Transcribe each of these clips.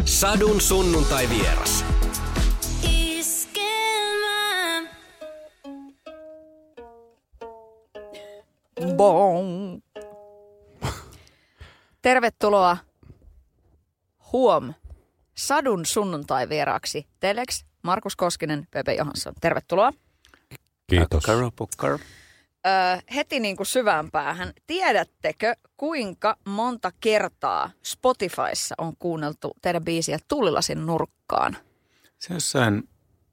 Sadun sunnuntai vieras. Bong. Tervetuloa Sadun sunnuntai vieraaksi Telex, Markus Koskinen, Pepe Johansson. Tervetuloa. Kiitos. Pukkar. Heti niin kuin syvään päähän. Tiedättekö, kuinka monta kertaa Spotifyssa on kuunneltu teidän biisiä Tuulilasin nurkkaan? Se jossain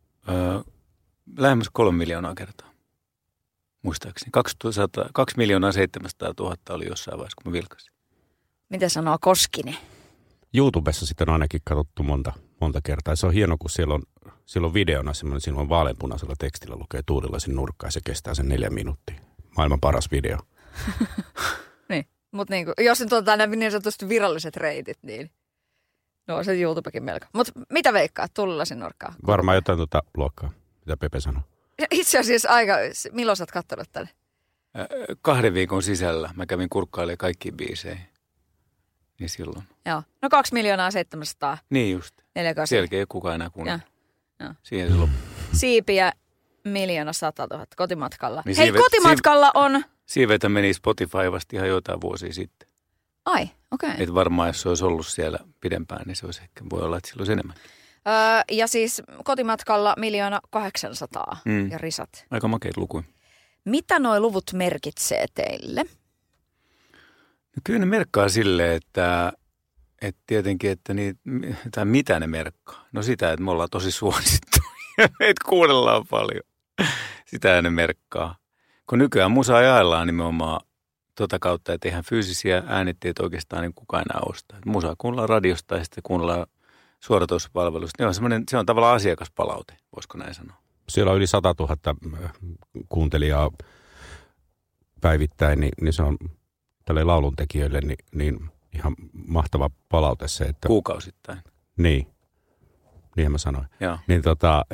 lähemmäs 3 miljoonaa kertaa, muistaakseni. 2 700 000 oli jossain vaiheessa, kun mä vilkasin. Mitä sanoo Koskinen? YouTubessa sitten on ainakin katsottu monta kertaa. Se on hieno, kun siellä on videona semmoinen, siinä on vaaleanpunaisella tekstillä lukee Tuulilasin nurkka ja se kestää sen 4 minuuttia. Maailman paras video. Niin, mutta niin jos nyt otetaan nämä niin sanotusti viralliset reitit, niin no se YouTubekin melko. Mutta mitä veikkaat Tuulilasin nurkkaa? Varmaan jotain luokkaa, mitä Pepe sanoi. Itse asiassa milloin sä oot katsonut tänne? 2 viikon sisällä mä kävin kurkkailemaan kaikkiin biiseihin. Niin silloin. Joo, no 2 700 000. Niin just. 48. Sielläkin ei kukaan enää kuunnella. Siihen se loppui. Siipiä 1 100 000 kotimatkalla. Niin hei, kotimatkalla on... Siivetä meni Spotify vasta ihan jotain vuosia sitten. Ai, okei. Okay. Että varmaan jos se olisi ollut siellä pidempään, niin se olisi ehkä, voi olla, että sillä olisi enemmän. Ja siis kotimatkalla 1 800 000 ja risat. Aika makeita lukuja. Mitä noi luvut merkitsee teille? No kyllä ne merkkaa silleen, että tietenkin, että mitä ne merkkaa? No sitä, että me ollaan tosi suosittu ja meitä kuunnellaan paljon. Sitä ne merkkaa. Kun nykyään musaa jaellaan nimenomaan tota kautta, että eihän fyysisiä äänitteitä oikeastaan niin kukaan enää ostaa. Musaa kuunnellaan radiosta ja sitten kuunnellaan suoratoistopalvelusta. Se on tavallaan asiakaspalaute, voisiko näin sanoa. Siellä on yli 100 000 kuuntelijaa päivittäin, niin se on tälle lauluntekijöille niin ihan mahtava palaute se, että... Kuukausittain. Niin, niinhän mä sanoin. Joo. Niin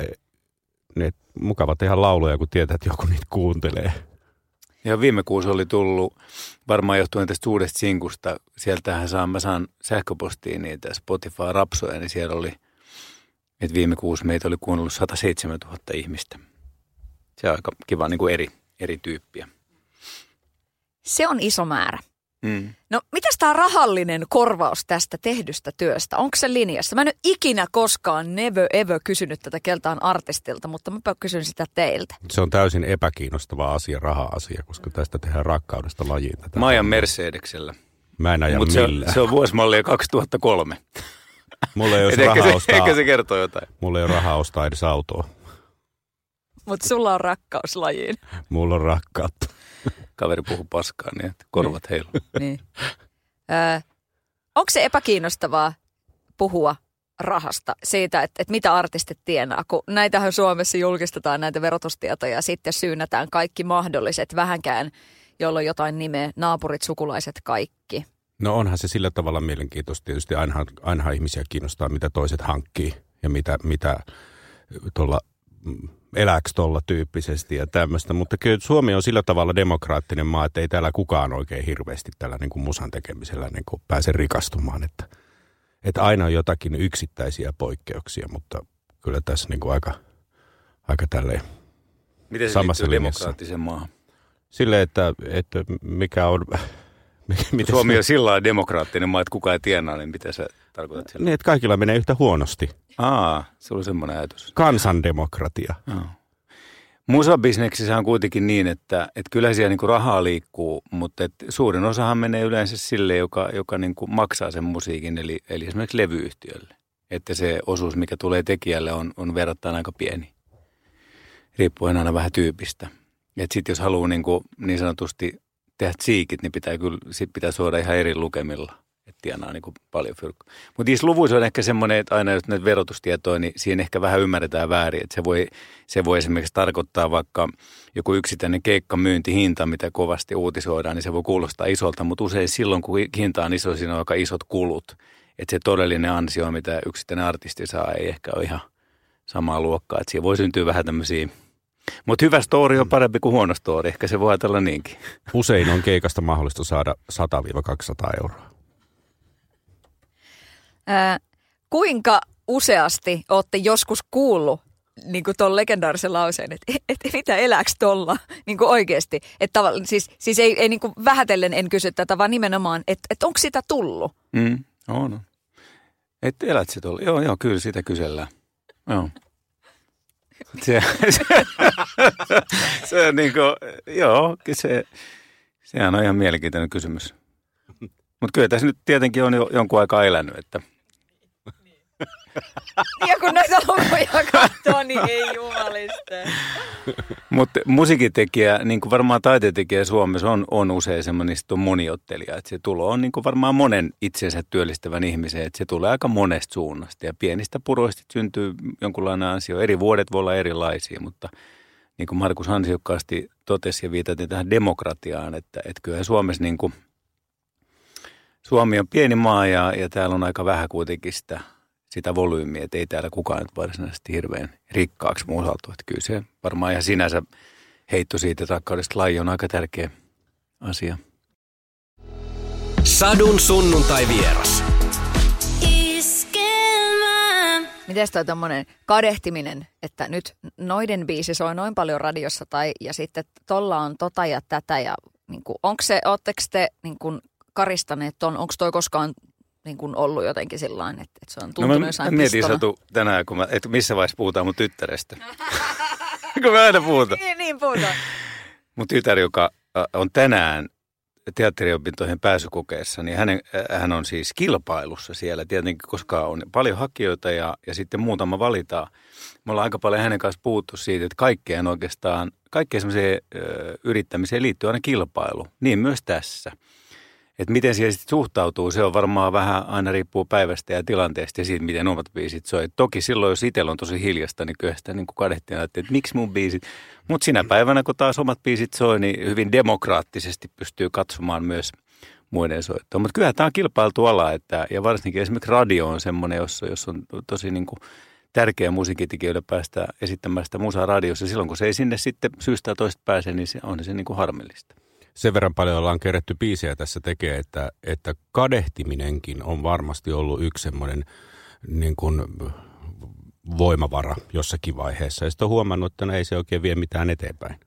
ne mukava tehdä lauluja, kun tietää, että joku niitä kuuntelee. Ja viime kuussa oli tullut, varmaan johtuen tästä uudesta sinkusta, sieltähän mä saan sähköpostiin niitä Spotify-rapsoja, niin siellä oli, että viime kuussa meitä oli kuunnellut 107 000 ihmistä. Se on aika kiva niin kuin eri tyyppiä. Se on iso määrä. No, mitäs tämä rahallinen korvaus tästä tehdystä työstä? Onko se linjassa? Mä en ole ikinä koskaan never ever kysynyt tätä keltaan artistilta, mutta mä kysyn sitä teiltä. Se on täysin epäkiinnostava asia, raha-asia, koska tästä tehdään rakkaudesta lajiin. Mä ajan Mercedeksellä. Mä en aja millään. Se on vuosimallia 2003. Mulla ei ole rahaa ostaa. Ehkä se kertoo jotain. Mulla ei ole rahaa ostaa edes autoa. Mutta sulla on rakkaus lajiin. Mulla on rakkautta. Kaveri puhuu paskaa niin, että korvat heiluu. Niin. Onko se epäkiinnostavaa puhua rahasta, siitä, että mitä artistit tienaa, kun näitähän Suomessa julkistetaan näitä verotustietoja ja sitten syynätään kaikki mahdolliset vähänkään, jolla on jotain nimeä, naapurit, sukulaiset, kaikki. No onhan se sillä tavalla mielenkiintoista. Tietysti aina ihmisiä kiinnostaa, mitä toiset hankkii ja mitä tuolla... elääkö tuolla tyyppisesti ja tämmöistä, mutta kyllä Suomi on sillä tavalla demokraattinen maa, että ei täällä kukaan oikein hirveästi tällä niin kuin musan tekemisellä niin kuin pääse rikastumaan, että aina on jotakin yksittäisiä poikkeuksia, mutta kyllä tässä niin kuin aika tälleen miten se samassa liittyy linjassa. Demokraattiseen maahan? Silleen, että mikä on... Suomi on sillä lailla demokraattinen maa, että kukaan ei tienaa, niin mitä sä tarkoitat sillä? Niin, että kaikilla menee yhtä huonosti. Se oli semmoinen ajatus. Kansandemokratia. Musabisneksissä on kuitenkin niin, että kyllä siellä niinku rahaa liikkuu, mutta suurin osahan menee yleensä sille, joka niinku maksaa sen musiikin, eli esimerkiksi levyyhtiölle. Että se osuus, mikä tulee tekijälle, on verrattain aika pieni, riippuen aina vähän tyypistä. Että sitten jos haluaa niin sanotusti tehdä tsiikit, niin pitää suoda ihan eri lukemilla, että tienaa niin kuin paljon fyrkkaa. Mutta niissä luvuissa on ehkä semmoinen, että aina jos näitä verotustietoja, niin siinä ehkä vähän ymmärretään väärin. Että se voi esimerkiksi tarkoittaa vaikka joku yksittäinen keikkamyyntihinta, mitä kovasti uutisoidaan, niin se voi kuulostaa isolta, mutta usein silloin, kun hinta on iso, siinä on aika isot kulut. Että se todellinen ansio, mitä yksittäinen artisti saa, ei ehkä ole ihan samaa luokkaa. Että siinä voi syntyä vähän tämmöisiä. Mutta hyvä story on parempi kuin huono story. Ehkä se voi ajatella niinkin. Usein on keikasta mahdollista saada 100-200 euroa. kuinka useasti olette joskus kuullut niin kuin tuon legendaarisen lauseen, että mitä elääks tolla niin kuin oikeasti. Että siis ei niin kuin vähätellen en kysy tätä, vaan nimenomaan, että onko sitä tullut? On. Että elät se tuolla. Joo, kyllä sitä kysellään. Joo. Se on niin kuin, sehän on ihan mielenkiintoinen kysymys. Mutta kyllä tässä nyt tietenkin on jo jonkun aikaa elänyt, että... Ja kun näitä lukuja katsoo, niin ei jumalista. Mutta musiikintekijä, niin kuin varmaan taiteentekijä Suomessa on usein semmoinen moniottelija. Että se tulo on niin kuin varmaan monen itsensä työllistävän ihmisen, että se tulee aika monesta suunnasta. Ja pienistä puroista syntyy jonkunlainen ansio. Eri vuodet voi olla erilaisia, mutta niin kuin Markus ansiokkaasti totesi ja viitatiin tähän demokratiaan, että kyllä Suomessa niin kuin, Suomi on pieni maa ja täällä on aika vähän kuitenkin sitä volyymiä, että ei täällä kukaan nyt varsinaisesti hirveän rikkaaksi muusaltu. Että kyllä se varmaan ihan sinänsä heitto siitä, että rakkaudesta laji on aika tärkeä asia. Sadun sunnuntai vieras. Mites toi tommonen kadehtiminen, että nyt noiden biisi soi noin paljon radiossa ja sitten tolla on tota ja tätä ja niinku, ootteko te niinku karistaneet ton, onko toi koskaan niin kuin ollut jotenkin sillain, että se on tuntunut jossain mä mietin Satu tänään, että missä vaiheessa puhutaan mun tyttärestä. Kun me aina puhutaan. Niin puhutaan. Mun tytär, joka on tänään teatteriopintoihin pääsykokeessa, niin hän on siis kilpailussa siellä tietenkin, koska on paljon hakijoita ja sitten muutama valitaan. Me ollaan aika paljon hänen kanssa puhuttu siitä, että kaikkeen semmoiseen yrittämiseen liittyy aina kilpailu, niin myös tässä. Että miten siihen sitten suhtautuu, se on varmaan vähän aina riippuu päivästä ja tilanteesta ja siitä, miten omat biisit soi. Toki silloin, jos itsellä on tosi hiljasta, niin kyllä sitä niin kadehtiin, että miksi mun biisit. Mutta sinä päivänä, kun taas omat biisit soi, niin hyvin demokraattisesti pystyy katsomaan myös muiden soittoa. Mutta kyllä tämä on kilpailtu ala, ja varsinkin esimerkiksi radio on semmoinen, jos on tosi niin kuin tärkeä musiikintekijöille päästä esittämään sitä musaa radiossa. Silloin, kun se ei sinne sitten syystä toista pääse, niin on se niin kuin harmillista. Sen verran paljon ollaan kerätty biisejä tässä tekee, että kadehtiminenkin on varmasti ollut yksi semmoinen niin kuin voimavara jossakin vaiheessa. Ja sitten on huomannut, että ei se oikein vie mitään eteenpäin.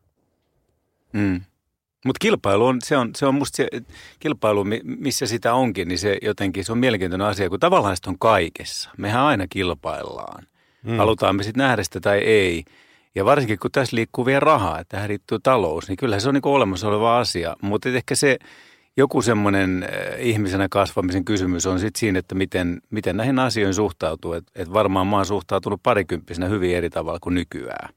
Mutta kilpailu on musta se kilpailu, missä sitä onkin, niin se jotenkin se on mielenkiintoinen asia, kun tavallaan sitä on kaikessa. Mehän aina kilpaillaan. Halutaan me sitten nähdä sitä tai ei. Ja varsinkin, kun tässä liikkuu vielä rahaa, että tähän liittyy talous, niin kyllähän se on niin kuin olemassa oleva asia. Mutta ehkä se joku semmoinen ihmisenä kasvamisen kysymys on sitten siinä, että miten näihin asioihin suhtautuu. Että varmaan mä oon suhtautunut parikymppisenä hyvin eri tavalla kuin nykyään.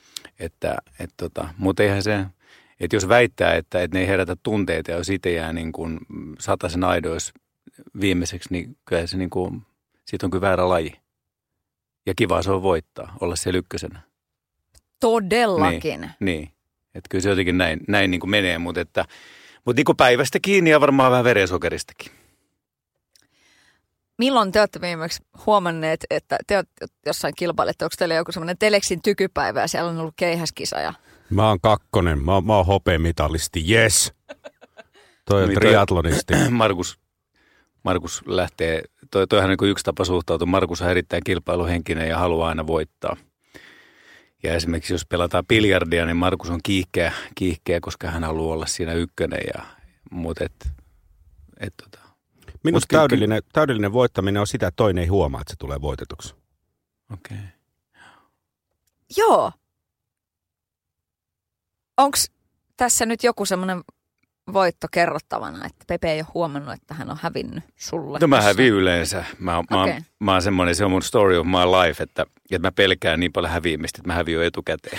Mutta eihän se, että jos väittää, että ne ei herätä tunteita ja jos itse jää niin kuin sataisen aidoissa viimeiseksi, niin kyllä se niin kuin, siitä on kyllä väärä laji. Ja kiva se on voittaa, olla siellä ykkösenä. Todellakin. Niin. Että kyllä se jotenkin näin niin kuin menee, mutta niin kuin päivästä kiinni ja varmaan vähän verensokeristakin. Milloin te olette viimeksi huomanneet, että te olette jossain kilpailette? Onko teillä joku semmoinen Telexin tykypäivä ja siellä on ollut keihäskisa? Ja... Mä oon kakkonen. Mä oon hopeamitalisti. Yes. Toi on triatlonisti. Markus lähtee, toihan niin kuin yksi tapa suhtautua. Markus on erittäin kilpailuhenkinen ja haluaa aina voittaa. Ja esimerkiksi jos pelataan biljardia, niin Markus on kiihkeä, koska hän haluaa olla siinä ykkönen. Minusta täydellinen voittaminen on sitä, että toinen ei huomaa, että se tulee voitetuksi. Okei. Joo. Onko tässä nyt joku semmoinen voitto kerrottavana, että Pepe ei ole huomannut, että hän on hävinnyt sulle? No mä häviin yleensä. Mä oon semmoinen, se on mun story of my life, että mä pelkään niin paljon häviämistä, että mä häviin jo etukäteen.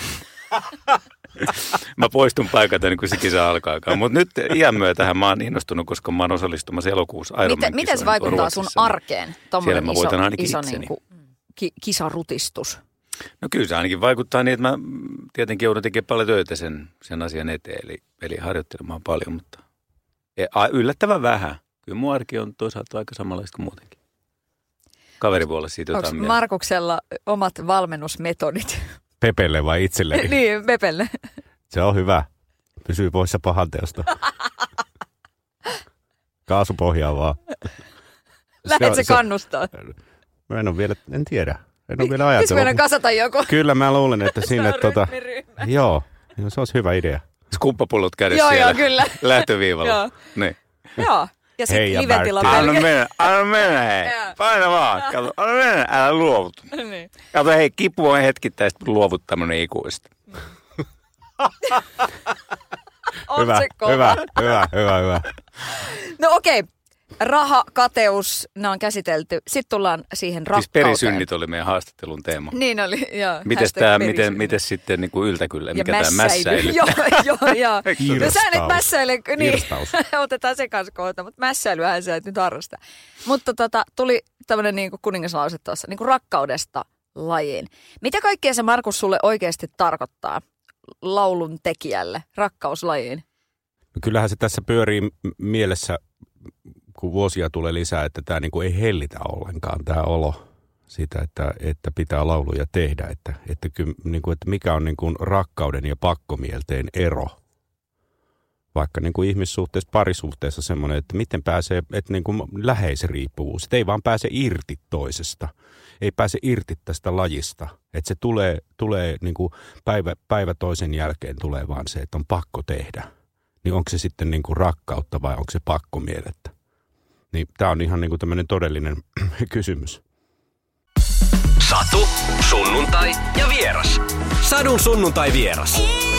Mä poistun paikalta niin kuin se kisa alkaakaan. Mutta nyt iän myötähän mä oon innostunut, koska mä oon osallistumassa elokuussa Ironman-kisoihin. Miten se vaikuttaa sun arkeen, tommoinen iso niin kuin, kisarutistus? No kyllä se ainakin vaikuttaa niin, että mä tietenkin joudun tekemään paljon töitä sen asian eteen, eli harjoittelemaan paljon, mutta yllättävän vähän. Kyllä mun arki on toisaalta aika samanlaista kuin muutenkin. Kaveri voi olla siitä jotain mieltä. Onko Markuksella omat valmennusmetodit? Pepelle vai itselleni? Niin, Pepelle. Se on hyvä. Pysyy poissa pahanteosta. Kaasupohjaa vaan. Lähet se kannustaa. Mä en tiedä. En ole vielä ajatellut. Pitäisikö meidän kasata joku? Kyllä mä luulen, että sinne ryhmä. Joo, se olisi hyvä idea. Skumppapullot kädessä siellä. Joo, kyllä. Lähtöviivalla. Joo. Niin. Joo. Ja Hei, sitten ja livetila Märtti. Anna mennä hei. Joo. Paina vaan. Kato, anna mennä, älä luovuta. Niin. Kato hei, kipu on hetkittäin luovuttaminen ikuista. On se kova. Hyvä. No okei. Raha, kateus, ne on käsitelty. Sitten tullaan siihen Siis rakkauteen. perisynnit oli meidän haastattelun teema. Niin oli, joo. Miten sitten niin kuin yltäkyllä, mikä tämä mässäily? Joo. Irstaus. No sä nyt mässäile, niin Irstaus. otetaan se kanssa kohta, mutta mässäilyhän sä et nyt harrasta. Mutta tuli tämmöinen niin kuin kuningaslause tuossa, niin kuin rakkaudesta lajiin. Mitä kaikkea se, Markus, sulle oikeasti tarkoittaa laulun tekijälle, rakkauslajiin? No kyllähän se tässä pyörii mielessä, kun vuosia tulee lisää, että tämä niinku ei hellitä ollenkaan, tämä olo siitä, että pitää lauluja tehdä. Että mikä on niinku rakkauden ja pakkomielteen ero. Vaikka niinku ihmissuhteessa, parisuhteessa semmoinen, että miten pääsee, että niinku läheisriippuvuus. Että ei vaan pääse irti toisesta. Ei pääse irti tästä lajista. Että se tulee niinku päivä toisen jälkeen tulee vaan se, että on pakko tehdä. Niin onko se sitten niinku rakkautta vai onko se pakkomielettä? Niin tämä on ihan niinku tämmöinen todellinen kysymys. Satu, sunnuntai ja vieras. Sadun sunnuntai vieras.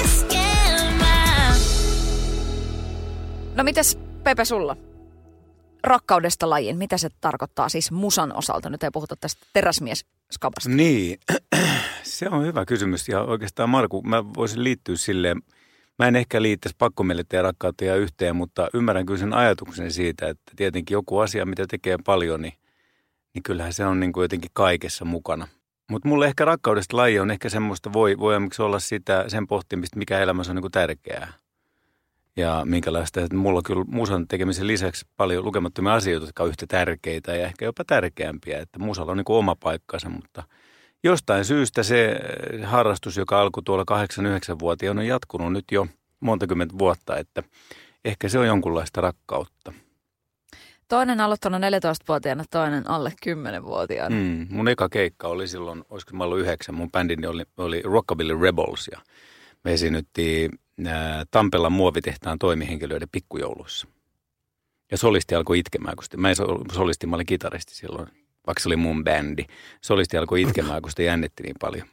No mites Pepe sulla? Rakkaudesta lajiin, mitä se tarkoittaa siis musan osalta? Nyt ei puhuta tästä teräsmies-skabasta. Niin, se on hyvä kysymys. Ja oikeastaan Marku, mä voisin liittyä silleen, mä en ehkä liittäisi pakkomielettä ja rakkautta ja yhteen, mutta ymmärrän kyllä sen ajatuksen siitä, että tietenkin joku asia, mitä tekee paljon, niin kyllähän se on niin kuin jotenkin kaikessa mukana. Mutta mulle ehkä rakkaudesta laji on ehkä semmoista, voi olla sen pohtimista, mikä elämässä on niin kuin tärkeää. Ja minkälaista, että mulla on kyllä musan tekemisen lisäksi paljon lukemattomia asioita, jotka on yhtä tärkeitä ja ehkä jopa tärkeämpiä. Että musalla on niin kuin oma paikkansa, mutta jostain syystä se harrastus, joka alkoi tuolla 8-9-vuotiaana, on jatkunut nyt jo monta kymmentä vuotta, että ehkä se on jonkunlaista rakkautta. Toinen aloittanut 14-vuotiaana, toinen alle 10-vuotiaana. Mun eka keikka oli silloin, olisiko mä ollut 9, mun bändini oli Rockabilly Rebels ja me esiinnyttiin Tampelan muovitehtaan toimihenkilöiden pikkujouluissa. Ja solisti alkoi itkemään, kun mä olin kitaristi silloin, vaikka se oli mun bändi. Solisti alkoi itkemään, kun sitä jännitti niin paljon.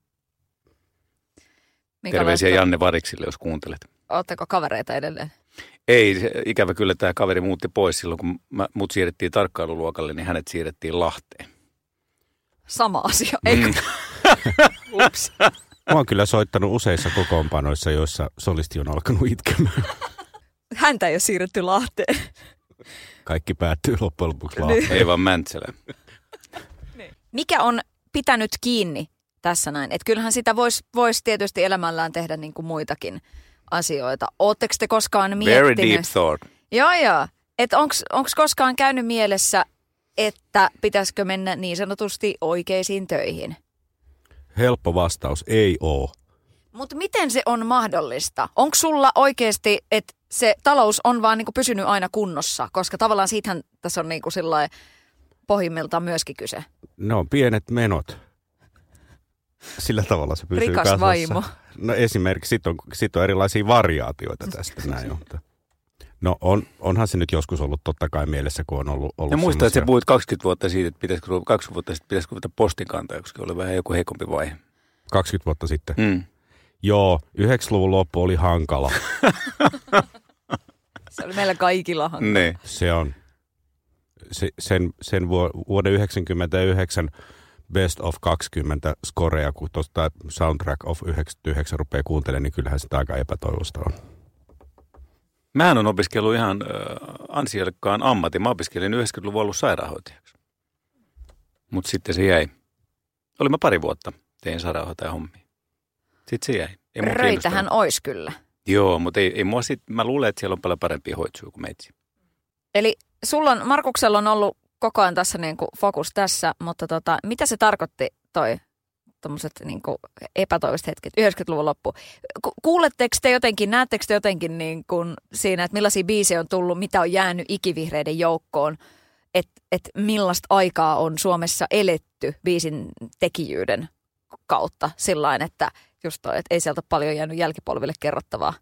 Terveisiä Janne Variksille, jos kuuntelet. Ootteko kavereita edelleen? Ei, ikävä kyllä tämä kaveri muutti pois silloin, kun mut siirrettiin tarkkailuluokalle, niin hänet siirrettiin Lahteen. Sama asia, eikö? Ups. Mä oon kyllä soittanut useissa kokoonpanoissa, joissa solisti on alkanut itkemään. Häntä ei ole siirretty Lahteen. Kaikki päättyy loppujen lopuksi Lahteen. Ei vaan Mäntsälään. Mikä on pitänyt kiinni tässä näin? Että kyllähän sitä voisi tietysti elämällään tehdä niin kuin muitakin asioita. Ootteko te koskaan miettineet? Very deep thought. Joo. Että onko koskaan käynyt mielessä, että pitäisikö mennä niin sanotusti oikeisiin töihin? Helppo vastaus, ei oo. Mutta miten se on mahdollista? Onko sulla oikeasti, että se talous on vaan niinku pysynyt aina kunnossa? Koska tavallaan siitähän tässä on niinku sillain pohjimmiltaan myöskin kyse. No, pienet menot. Sillä tavalla se pysyy Rikas kasassa. vaimo. No esimerkiksi sit on erilaisia variaatioita tästä näin. No onhan se nyt joskus ollut totta kai mielessä, kun on ollut ja muistan, että sä puhuit 20 vuotta siitä, että pitäisikö ruveta postinkantajaksi, koska oli vähän joku heikompi vaihe. 20 vuotta sitten? Joo, 90-luvun loppu oli hankala. Se oli meillä kaikilla hankala. Ne. Se on. Sen vuoden 1999 Best of 20 scorea, kun tuosta Soundtrack of 99 rupeaa kuuntelemaan, niin kyllähän sitä aika epätoivosta on. Mähän on opiskellut ihan ansiokkaan ammatin. Mä opiskelin 90-luvun ollut sairaanhoitajaksi. Mutta sitten se jäi. Olin mä 2 vuotta, tein sairaanhoitajan hommia. Sitten se jäi. Röitähän ois kyllä. Joo, mutta ei mua mä luulen, että siellä on paljon parempia hoitsuja kuin meitsi. Eli Markuksella on ollut koko ajan tässä niinku fokus tässä, mutta mitä se tarkoitti toi tommoset niinku epätoivoiset hetket, 90-luvun loppu? Kuuletteko te jotenkin, näettekö te jotenkin niinku siinä, että millaisia biisejä on tullut, mitä on jäänyt ikivihreiden joukkoon? että millaista aikaa on Suomessa eletty biisin tekijyyden kautta sillain, että just toi, että ei sieltä paljon jäänyt jälkipolville kerrottavaa.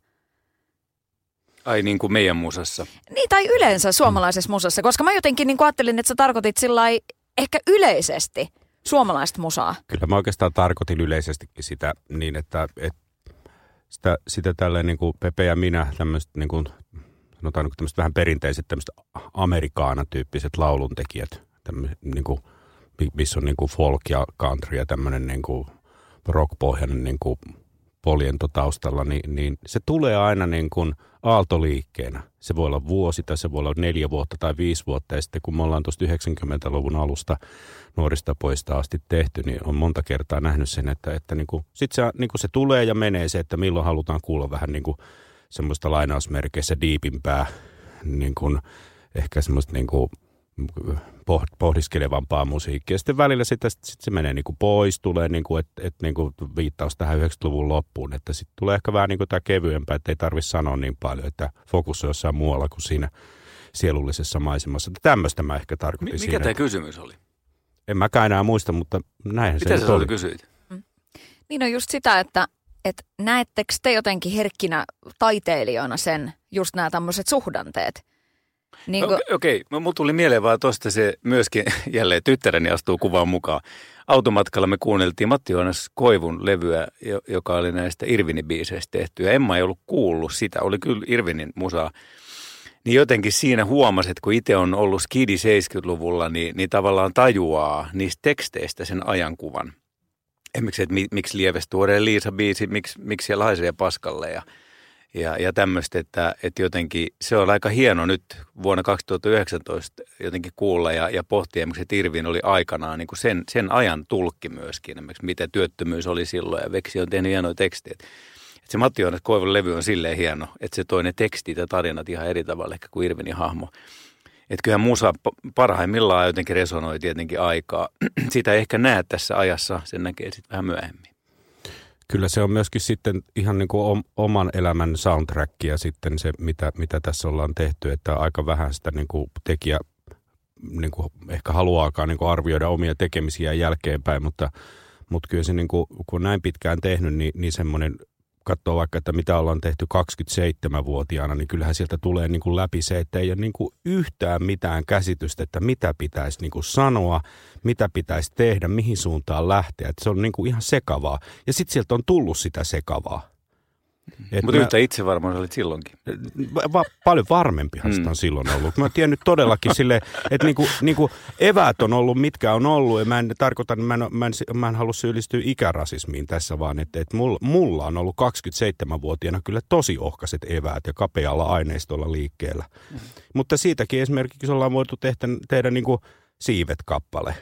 Ai niin kuin meidän musassa. Niin, tai yleensä suomalaisessa musassa, koska mä jotenkin niin ajattelin, että sä tarkoitit sillai ehkä yleisesti suomalaista musaa. Kyllä mä oikeastaan tarkoitin yleisestikin sitä niin, että sitä tälleen niin kuin Pepe ja minä, tämmöiset niin kuin, sanotaan niin tämmöiset vähän perinteiset tämmöiset amerikaanatyyppiset lauluntekijät, niin kuin, missä on niin kuin folk ja country ja tämmöinen niin kuin rock-pohjainen niin kuin poliento taustalla, niin se tulee aina niin kuin aaltoliikkeenä. Se voi olla vuosi tai se voi olla 4 vuotta tai 5 vuotta. Ja sitten kun me ollaan tuosta 90-luvun alusta nuorista poista asti tehty, niin on monta kertaa nähnyt sen, että niin kuin, sit se tulee ja menee se, että milloin halutaan kuulla vähän niin kuin semmoista lainausmerkeissä diipimpää, niin kuin, ehkä semmoista niin kuin pohdiskelevampaa musiikkia. Sitten välillä sit se menee niin kuin pois, tulee niin kuin, niin kuin viittaus tähän 90-luvun loppuun, että sitten tulee ehkä vähän niin kuin tämä kevyempää, että ei tarvitse sanoa niin paljon, että fokus on jossain muualla kuin siinä sielullisessa maisemassa. Tämmöistä mä ehkä tarkoitin siinä. Mikä tämä kysymys oli? En mäkään enää muista, mutta näinhän se mitä oli. Mitä sä kysyit? Niin on just sitä, että näettekö te jotenkin herkkinä taiteilijoina sen, just nämä tämmöiset suhdanteet? Niin Okei. Mulla tuli mieleen vaan tuosta se myöskin, jälleen tyttäreni astuu kuvaan mukaan. Automatkalla me kuunneltiin Matti Joonas Koivun levyä, joka oli näistä Irvinin biiseistä tehty. Ja Emma ei ollut kuullut sitä, oli kyllä Irvinin musaa. Niin jotenkin siinä huomasi, että kun itse on ollut skidi 70-luvulla, niin tavallaan tajuaa niistä teksteistä sen ajankuvan. Esimerkiksi, että miksi Lievestuoreen Liisa-biisi, miksi siellä haisee paskalle ja tämmöistä, että jotenkin se on aika hieno nyt vuonna 2019 jotenkin kuulla ja pohtia, että Irvin oli aikanaan niin kuin sen ajan tulkki myöskin, mitä työttömyys oli silloin ja Veksi on tehnyt hienoja tekstejä. Se Matti Joonas Koivun levy on silleen hieno, että se toi ne tekstit ja tarinat ihan eri tavalla ehkä kuin Irvinin hahmo. Että kyllähän musa parhaimmillaan jotenkin resonoi tietenkin aikaa. Sitä ei ehkä näe tässä ajassa, sen näkee sitten vähän myöhemmin. Kyllä se on myöskin sitten ihan niin kuin oman elämän soundtrackia sitten se, mitä tässä ollaan tehty, että aika vähän sitä niin kuin tekijä niin kuin ehkä haluaakaan niin kuin arvioida omia tekemisiä jälkeenpäin, mutta kyllä se niin kuin, kun on näin pitkään tehnyt, niin semmoinen, katsoo vaikka, että mitä ollaan tehty 27-vuotiaana, niin kyllähän sieltä tulee niin kuin läpi se, että ei ole niin kuin yhtään mitään käsitystä, että mitä pitäisi niin kuin sanoa, mitä pitäisi tehdä, mihin suuntaan lähteä. Että se on niin kuin ihan sekavaa. Ja sitten sieltä on tullut sitä sekavaa. Mutta yhtä itse varmaan olit silloinkin. Paljon varmempihan sitä on silloin ollut. Mä tiedän nyt todellakin silleen, että niinku eväät on ollut, mitkä on ollut. Ja mä en tarkoita, mä en halua syyllistyä ikärasismiin tässä, vaan että mulla on ollut 27-vuotiaana kyllä tosi ohkaiset eväät ja kapealla aineistolla liikkeellä. Mutta siitäkin esimerkiksi ollaan voitu tehdä niinku Siivet-kappale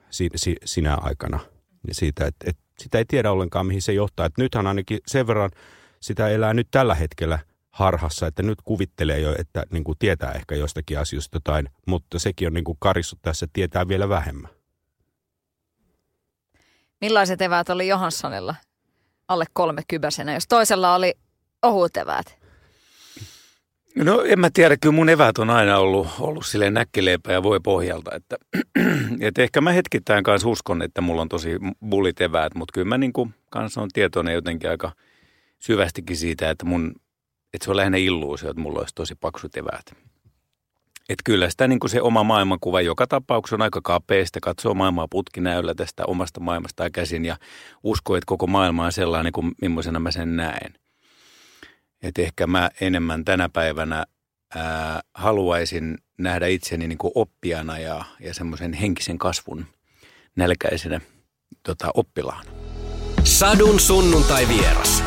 sinä aikana. Ja siitä, että sitä ei tiedä ollenkaan, mihin se johtaa. Että nythän ainakin sen verran sitä elää nyt tällä hetkellä harhassa, että nyt kuvittelee jo, että niin kuin tietää ehkä jostakin asioista jotain, mutta sekin on niin kuin karissut tässä, että tietää vielä vähemmän. Millaiset eväät oli Johanssonilla alle 30-vuotiaana, jos toisella oli ohut eväät? No en mä tiedä, kyllä mun eväät on aina ollut silleen näkkileipä ja voi pohjalta, että ehkä mä hetkittäin kanssa uskon, että mulla on tosi bullit eväät, mutta kyllä mä niin kuin kanssa on tietoinen jotenkin aika syvästikin siitä, että se on lähinnä illuusio, että mulla olisi tosi paksut eväät. Että kyllä sitä niin kuin se oma maailmankuva joka tapauksessa on aika kapeasta, katsoo maailmaa putkinäyllä tästä omasta maailmastaan käsin ja uskoo, että koko maailma on sellainen kuin millaisena mä sen näen. Että ehkä mä enemmän tänä päivänä haluaisin nähdä itseni niin kuin oppijana ja semmoisen henkisen kasvun nälkäisenä oppilaana. Sadun sunnuntai vieras.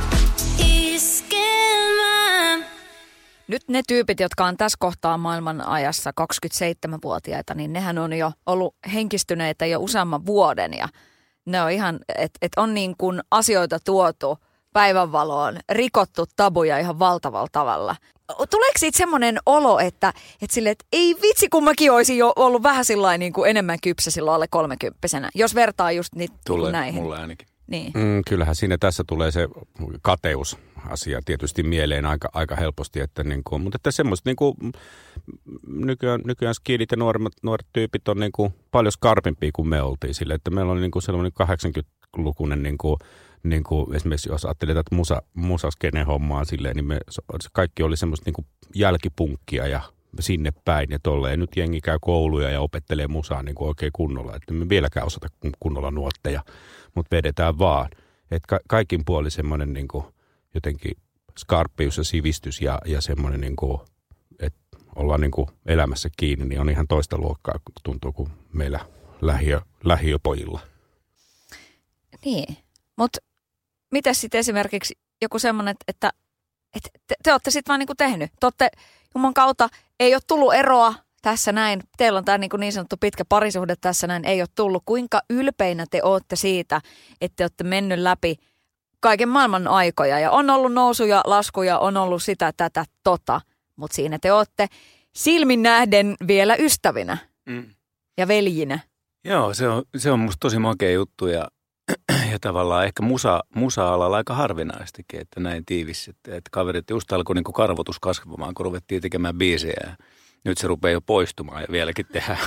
Nyt ne tyypit, jotka on tässä kohtaa maailman ajassa 27-vuotiaita, niin nehän on jo ollut henkistyneitä jo useamman vuoden. Ja ne on ihan, että on niin kuin asioita tuotu päivänvaloon, rikottu tabuja ihan valtavalla tavalla. Tuleeko siitä semmoinen olo, että ei vitsi, kun mäkin olisin jo ollut vähän sillain niin kuin enemmän kypsä silloin alle 30-vuotiaana, jos vertaa just niitä tulee näihin? Mulle ainakin. Niin. Kyllähän siinä tässä tulee se kateusasia tietysti mieleen aika helposti, että niin kuin, mutta että semmoista niin kuin, nykyään skidit ja nuoret tyypit on niin kuin paljon skarpimpia kuin me oltiin sille, että meillä on niin kuin sellainen 80-lukuinen niin kuin esimerkiksi jos ajattelee tätä musaskenen hommaa silleen, niin se kaikki oli semmoista niin kuin jälkipunkkia ja sinne päin ja tolleen. Ja nyt jengi käy kouluja ja opettelee musaa niin kuin oikein kunnolla. Että me vieläkään osata kunnolla nuotteja, mutta vedetään vaan. Että kaikin puoli semmoinen niin kuin jotenkin skarppius ja sivistys ja semmoinen, niin kuin, että ollaan niin kuin elämässä kiinni, niin on ihan toista luokkaa tuntuu kuin meillä lähiöpojilla. Niin, mutta miten sitten esimerkiksi joku semmoinen, että te olette sitten vaan niinku tehnyt. Te olette Juman kautta, ei ole tullut eroa tässä näin. Teillä on tämä niin sanottu pitkä parisuhde tässä näin, ei ole tullut. Kuinka ylpeinä te olette siitä, että te olette mennyt läpi kaiken maailman aikoja. Ja on ollut nousuja, laskuja, on ollut sitä, tätä, mutta siinä te olette silmin nähden vielä ystävinä ja veljinä. Joo, se on musta tosi makea juttu ja tavallaan ehkä musa-alalla aika harvinaistakin, että näin tiivis, että kaverit just alkoi niinku karvotus kasvamaan, kun ruvettiin tekemään biisejä ja nyt se rupeaa jo poistumaan ja vieläkin tehdään.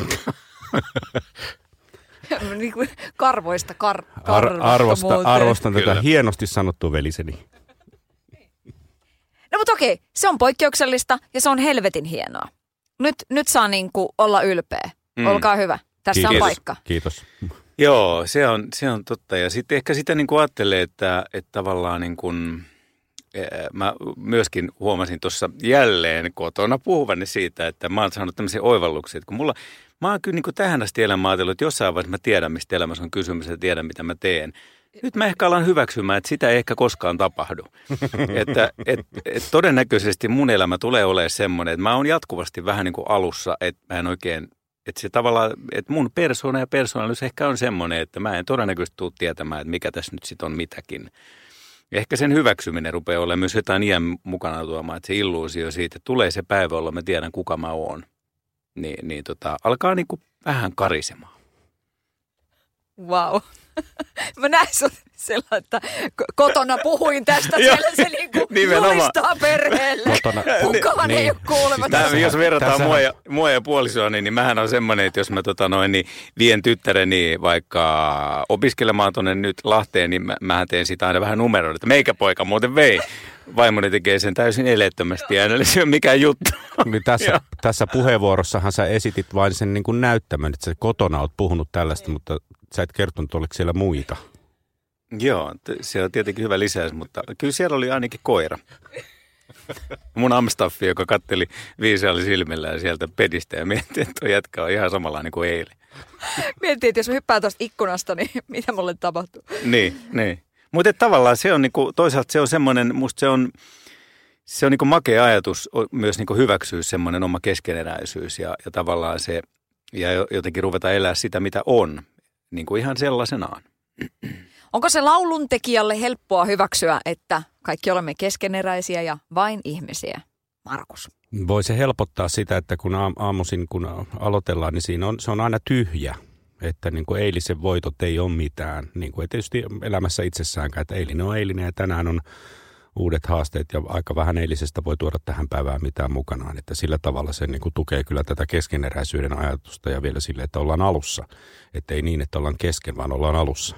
Niin kuin karvoista arvostan tätä hienosti sanottua veliseni. No mutta okei, se on poikkeuksellista ja se on helvetin hienoa. Nyt saa niinku olla ylpeä. Olkaa hyvä. Tässä on paikka. Kiitos. Joo, se on totta. Ja sitten ehkä sitä niin kuin ajattelee, että tavallaan niin kuin, mä myöskin huomasin tuossa jälleen kotona puhuvani siitä, että mä oon saanut tämmöisiä oivalluksia. Että kun mä oon kyllä niin kuin tähän asti elämää ajatellut, että jossain vaiheessa mä tiedän, mistä elämässä on kysymys ja tiedän, mitä mä teen. Nyt mä ehkä alan hyväksymään, että sitä ei ehkä koskaan tapahdu. että todennäköisesti mun elämä tulee olemaan semmoinen, että mä oon jatkuvasti vähän niin kuin alussa, että mä en oikein... Että se tavallaan, että mun persoona ja persoonallisuus ehkä on semmoinen, että mä en todennäköisesti tule tietämään, että mikä tässä nyt sitten on mitäkin. Ja ehkä sen hyväksyminen rupeaa olemaan myös jotain iän mukana tuomaan, että se illuusio siitä, että tulee se päivä, jolla mä tiedän, kuka mä oon. Niin alkaa niinku vähän karisemaan. Wow. Mä näin sut sillä, että kotona puhuin tästä, siellä se niinku julistaa perheelle. Kukaan ei ole kuulematta. Jos verrataan mua ja puolisoa, niin mähän on semmoinen, että jos mä niin vien tyttäreni vaikka opiskelemaan tuonne nyt Lahteen, niin mähän teen sitä aina vähän numeroida, että meikä poika muuten vei. Vaimoni tekee sen täysin eleettömästi ja eli se ei ole mikään juttu. Niin tässä puheenvuorossahan sä esitit vain sen niin kuin näyttämön, että sä kotona oot puhunut tällaista, mutta sä et kertonut, oliko siellä muita. Joo, se on tietenkin hyvä lisäys, mutta kyllä siellä oli ainakin koira. Mun amstaffi, joka katteli viisaalla silmillään sieltä pedistä ja mietti, että tuo jätkä on ihan samanlainen kuin eilen. Mietin, että jos mä hyppään tuosta ikkunasta, niin mitä mulle tapahtuu? Niin. Mutta tavallaan se on niinku, toisaalta se on semmoinen, musta se on niinku makea ajatus myös niinku hyväksyä semmoinen oma keskeneräisyys ja tavallaan se, ja jotenkin ruveta elää sitä, mitä on, niinku ihan sellaisenaan. Onko se lauluntekijälle helppoa hyväksyä, että kaikki olemme keskeneräisiä ja vain ihmisiä? Markus. Voi se helpottaa sitä, että kun aamuisin kun aloitellaan, niin se on aina tyhjä. Että niin kuin eilisen voitot ei ole mitään. Niin kuin ei tietysti elämässä itsessäänkään, että eilinen on eilinen ja tänään on uudet haasteet ja aika vähän eilisestä voi tuoda tähän päivään mitään mukanaan. Että sillä tavalla se niin kuin tukee kyllä tätä keskeneräisyyden ajatusta ja vielä sille, että ollaan alussa. Että ei niin, että ollaan kesken, vaan ollaan alussa.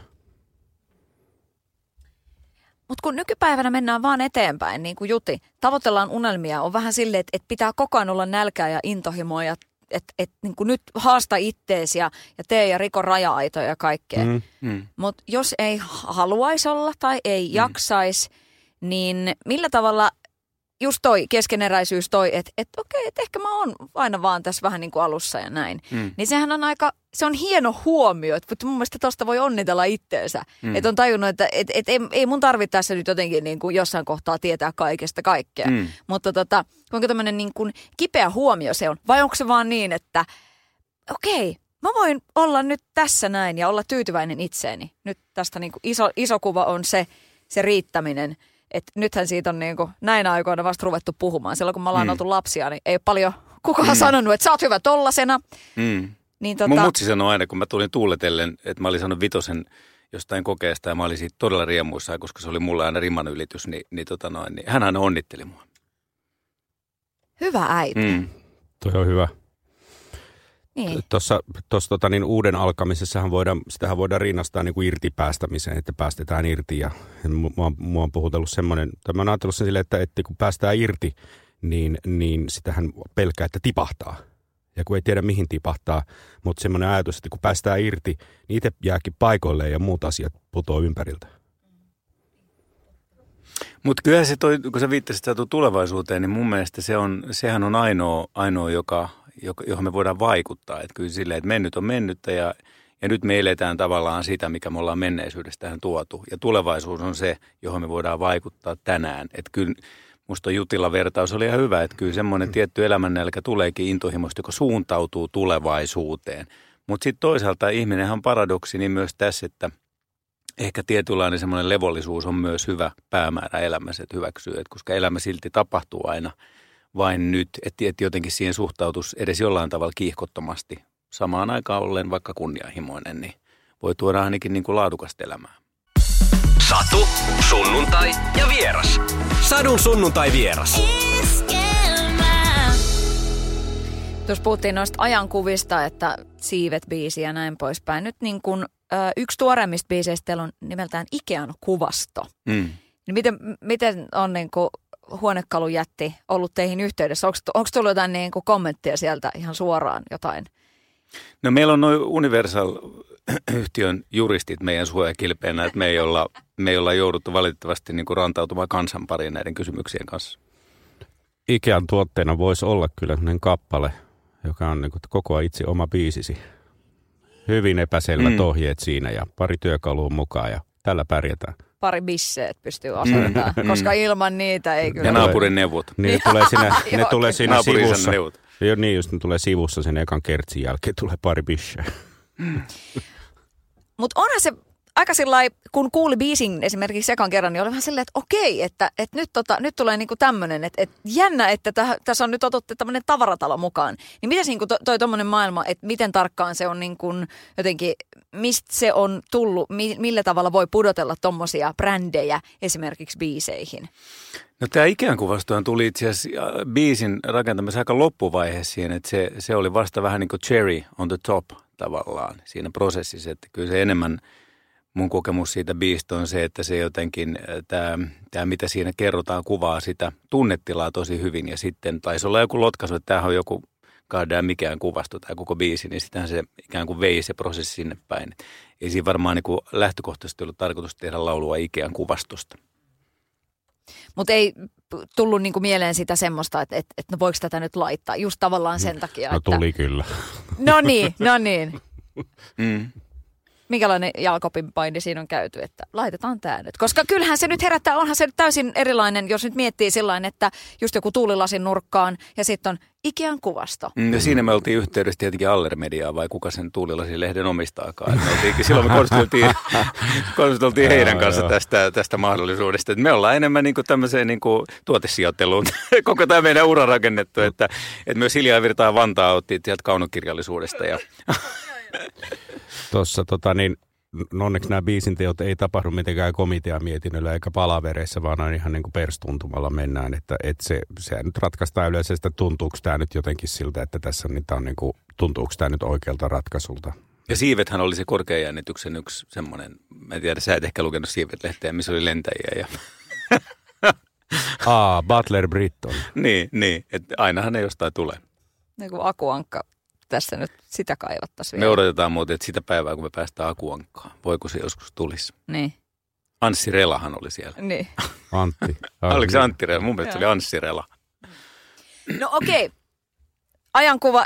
Mutta kun nykypäivänä mennään vaan eteenpäin, niin kuin Juti, tavoitellaan unelmia, on vähän silleen, että pitää koko ajan olla nälkää ja intohimoa ja että niin kuin nyt haasta ittees ja tee ja riko raja-aitoja ja kaikkea. Mutta jos ei haluaisi olla tai ei jaksaisi, niin millä tavalla just toi keskeneräisyys että okei, että ehkä mä oon aina vaan tässä vähän niin kuin alussa ja näin. Niin sehän on se on hieno huomio, että mun mielestä tosta voi onnitella itteensä. Että on tajunnut, että ei mun tarvitse tässä nyt jotenkin niin kuin jossain kohtaa tietää kaikesta kaikkea. Mutta kuinka tämmöinen niin kuin kipeä huomio se on? Vai onko se vaan niin, että okei, mä voin olla nyt tässä näin ja olla tyytyväinen itseeni. Nyt tästä niin kuin iso kuva on se riittäminen. Että nythän siitä on niin kuin näinä aikoina vasta ruvettu puhumaan. Silloin kun me ollaan oltu lapsia, niin ei paljon kukaan sanonut, että sä oot hyvä tollasena. Niin Mun mutsi sanoi aina, kun mä tulin tuuletellen, että mä olin saanut 5 jostain kokeesta ja mä olin siitä todella riemuissaan, koska se oli mulle aina riman ylitys, niin hän aina onnitteli mua. Hyvä äiti. Toi on hyvä. Niin. Tuossa uuden alkamisessahan sitähän voidaan rinnastaa niin kuin irtipäästämiseen, että päästetään irti. Ja mua on puhutellut semmoinen, tai mä oon ajatellut sen silleen, että kun päästään irti, niin sitähän pelkää, että tipahtaa. Ja kun ei tiedä mihin tipahtaa, mutta semmoinen ajatus, että kun päästään irti, niin itse jääkin paikoilleen ja muut asiat putoaa ympäriltä. Mutta kyllä se kun sä viittasit tulevaisuuteen, niin mun mielestä sehän on ainoa johon me voidaan vaikuttaa. Että kyllä silleen, että mennyt on mennyttä ja nyt me eletään tavallaan sitä, mikä me ollaan menneisyydestään tuotu. Ja tulevaisuus on se, johon me voidaan vaikuttaa tänään. Että kyllä musta Jutilan vertaus oli ihan hyvä, että kyllä semmoinen tietty elämännälkä tuleekin intohimosta, joka suuntautuu tulevaisuuteen. Mutta sitten toisaalta ihminenhän on paradoksi niin myös tässä, että ehkä tietynlainen semmoinen levollisuus on myös hyvä päämäärä elämässä, että hyväksyy, että koska elämä silti tapahtuu aina vain nyt, että jotenkin siihen suhtautus edes jollain tavalla kiihkottomasti. Samaan aikaan ollen vaikka kunnianhimoinen, niin voi tuoda ainakin niin kuin laadukasta elämää. Satu, sunnuntai ja vieras. Sadun sunnuntai vieras. Tuossa puhuttiin noista ajankuvista, että Siivet-biisi ja näin poispäin. Nyt niin kun, yksi tuoreimmista biiseistä teillä on nimeltään Ikean kuvasto. Niin miten on niin kun Huonekalujätti ollut teihin yhteydessä? Onko tullut jotain niin kun kommenttia sieltä ihan suoraan jotain? No meillä on noin Universal-yhtiön juristit meidän suojakilpeenä, että me ei olla jouduttu valitettavasti niin kuin rantautumaan kansan pariin näiden kysymyksien kanssa. Ikean tuotteena voisi olla kyllä sellainen kappale, joka on niin kuin kokoa itse oma biisisi. Hyvin epäselvät ohjeet siinä ja pari työkalua mukaan ja tällä pärjätään. Pari bisseet pystyy asentaa, koska ilman niitä ei kyllä. Ja naapurin neuvot. Niin ne tulee siinä sivussa. Joo, niin just ne tulee sivussa sen ekan kertsin jälkeen tulee pari bisseä. Mutta onhan se aika sillai, kun kuuli biisin esimerkiksi ekan kerran, niin oli vähän silleen, että okei, että nyt tulee niinku tämmöinen, että jännä, että tässä on nyt otettu tämmöinen tavaratalo mukaan. Niin miten niinku toi tommoinen maailma, että miten tarkkaan se on niinku jotenkin, mistä se on tullut, millä tavalla voi pudotella tommosia brändejä esimerkiksi biiseihin? No tämä Ikean kuvastohan tuli itse asiassa biisin rakentamisen aika loppuvaiheessa siihen, että se oli vasta vähän niin kuin cherry on the top tavallaan siinä prosessissa, että kyllä se enemmän mun kokemus siitä biisistä on se, että se jotenkin, tämä mitä siinä kerrotaan, kuvaa sitä tunnetilaa tosi hyvin. Ja sitten taisi olla joku lotkaisu, että tämähän on joku kahdaan mikään kuvasto, tämä koko biisi, niin sitähän se ikään kuin vei se prosessi sinne päin. Ei siinä varmaan niin kuin lähtökohtaisesti ollut tarkoitus tehdä laulua Ikean kuvastosta. Mutta ei tullut niinku mieleen sitä semmoista, että no voiko tätä nyt laittaa, just tavallaan sen takia, no tuli kyllä. No niin. Minkälainen Jakobin paini siinä on käyty, että laitetaan tämä nyt. Koska kyllähän se nyt herättää, onhan se nyt täysin erilainen, jos nyt miettii sillain, että just joku tuulilasin nurkkaan ja sitten on Ikean kuvasto. Ja siinä me oltiin yhteydessä tietenkin Allermediaa vai kuka sen tuulilasilehden omistaakaan. Silloin me konsultoitiin heidän kanssa tästä mahdollisuudesta. Että me ollaan enemmän niin kuin tämmöiseen niin kuin tuotesijoitteluun koko tämä meidän ura rakennettu, että myös Hiljaa virtaa Vantaa otti sieltä kaunokirjallisuudesta ja Tuossa onneksi nämä biisinteot ei tapahdu mitenkään komiteamietinnöllä eikä palavereissa, vaan on ihan niin kuin perstuntumalla mennään, että se nyt ratkaistaan yleensä, että tuntuuko tämä nyt jotenkin siltä, että tässä on niin kuin, tuntuuko tämä nyt oikealta ratkaisulta. Ja Siivethän oli se korkean jännityksen yksi semmoinen, mä en tiedä, sä et ehkä lukenut Siivet-lehteä, missä oli lentäjiä ja Butler Britton. Niin, että ainahan ne jostain tulee. Niin kuin Akuankka. Tässä nyt sitä kaivattaisiin vielä. Me odotetaan muuten, että sitä päivää, kun me päästään Akuankkaan. Voiko se joskus tulisi? Niin. Anssi Relahan oli siellä. Niin. Antti. Oliko se Antti Rela? Mun mielestä se oli Anssi Rela. No okei. Ajankuva.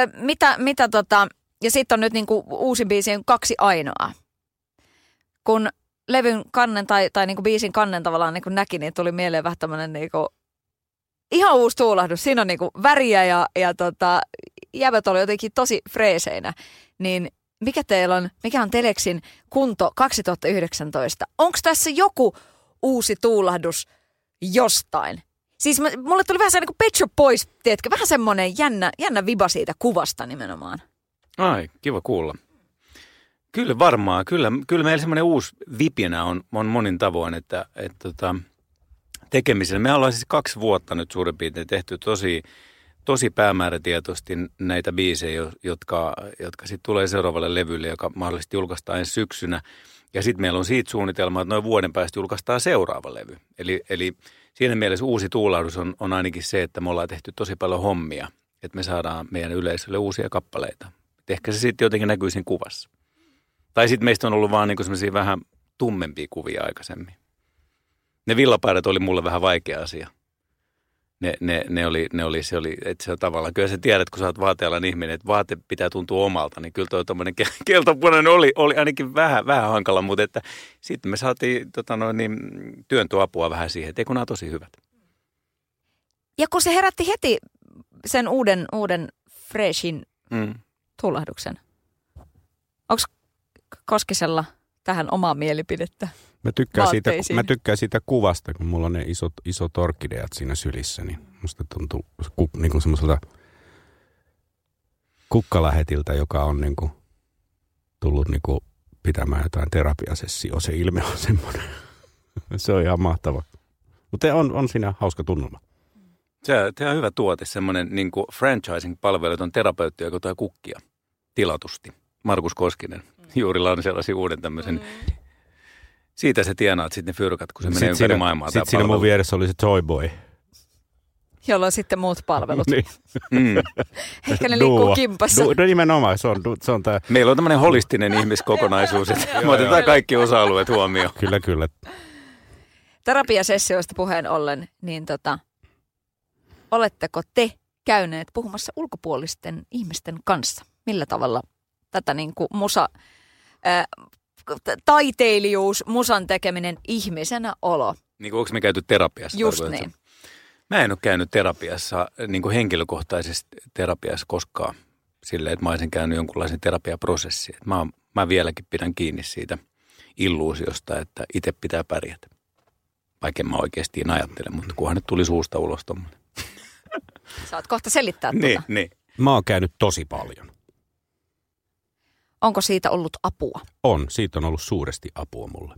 Ja sitten on nyt niinku uusi biisi on 2 ainoaa. Kun levyn kannen tai niinku biisin kannen tavallaan niinku näki, niin tuli mieleen vähän tämmöinen niinku ihan uusi tuulahdus. Siinä on niinku väriä ja jäbät oli jotenkin tosi freeseinä. Niin mikä on Telexin kunto 2019? Onko tässä joku uusi tuulahdus jostain? Siis mulle tuli vähän se niin kuin Pet Shop Boys, tiedätkö? Vähän semmoinen jännä viba siitä kuvasta nimenomaan. Ai, kiva kuulla. Kyllä varmaan. Kyllä meillä semmoinen uusi vipinä on monin tavoin, että tekemisellä. Me ollaan siis 2 vuotta nyt suurin piirtein tehty tosi päämäärätietoisesti näitä biisejä, jotka sitten tulee seuraavalle levylle, joka mahdollisesti julkaistaan ensi syksynä. Ja sitten meillä on siitä suunnitelma, että noin vuoden päästä julkaistaan seuraava levy. Eli siinä mielessä uusi tuulahdus on ainakin se, että me ollaan tehty tosi paljon hommia, että me saadaan meidän yleisölle uusia kappaleita. Et ehkä se sitten jotenkin näkyy siinä kuvassa. Tai sitten meistä on ollut vaan niinku semmoisia vähän tummempia kuvia aikaisemmin. Ne villapaidat oli mulle vähän vaikea asia. Se oli, että se on tavallaan, kyllä sä tiedät, kun sä oot vaatealan ihminen, että vaate pitää tuntua omalta, niin kyllä toi tommoinen keltapunainen oli ainakin vähän hankala, mutta että sitten me saatiin työntöapua vähän siihen, että ei kun nämä on tosi hyvät. Ja kun se herätti heti sen uuden freshin tuulahduksen. Onko Koskisella tähän omaa mielipidettä? Mä tykkään siitä kuvasta, kun mulla on ne isot orkideat siinä sylissä, niin musta tuntuu niin kuin semmoiselta kukkalähetiltä, joka on niin kuin tullut niin kuin pitämään jotain terapiasessioa. Se ilme on semmoinen. Se on ihan mahtava. Mutta on siinä hauska tunnelma. Se on hyvä tuote, semmoinen niin kuin franchising-palvelu, terapeutti, joka tuo kukkia tilatusti. Markus Koskinen juuri lanseerasi uuden tämmöisen. Siitä sä tienaat sitten ne fyrkat, kun se menee ympäri maailmaa. Sitten siinä mun vieressä oli se Toy Boy. Jolla on sitten muut palvelut. Niin. Ehkä ne liikkuu kimpassa. Nimenomaan, se on tää. Meillä on tämmöinen holistinen ihmiskokonaisuus, että me otetaan kaikki osa-alueet huomioon. Kyllä. Terapiasessioista puheen ollen, niin oletteko te käyneet puhumassa ulkopuolisten ihmisten kanssa? Millä tavalla tätä niin kuin taiteilijuus, musan tekeminen, ihmisenä olo? Niin kuin onko me käyty terapiassa? Just niin. Mä en ole käynyt terapiassa, niin kuin henkilökohtaisesti terapiassa koskaan silleen, että mä olisin käynyt jonkunlaisen terapiaprosessin. Mä vieläkin pidän kiinni siitä illuusiosta, että itse pitää pärjätä. Vaikka en mä oikeasti ajattele, mutta kunhan nyt tuli suusta ulos tommoinen. Saat kohta selittää Niin. Mä oon käynyt tosi paljon. Onko siitä ollut apua? On. Siitä on ollut suuresti apua mulle.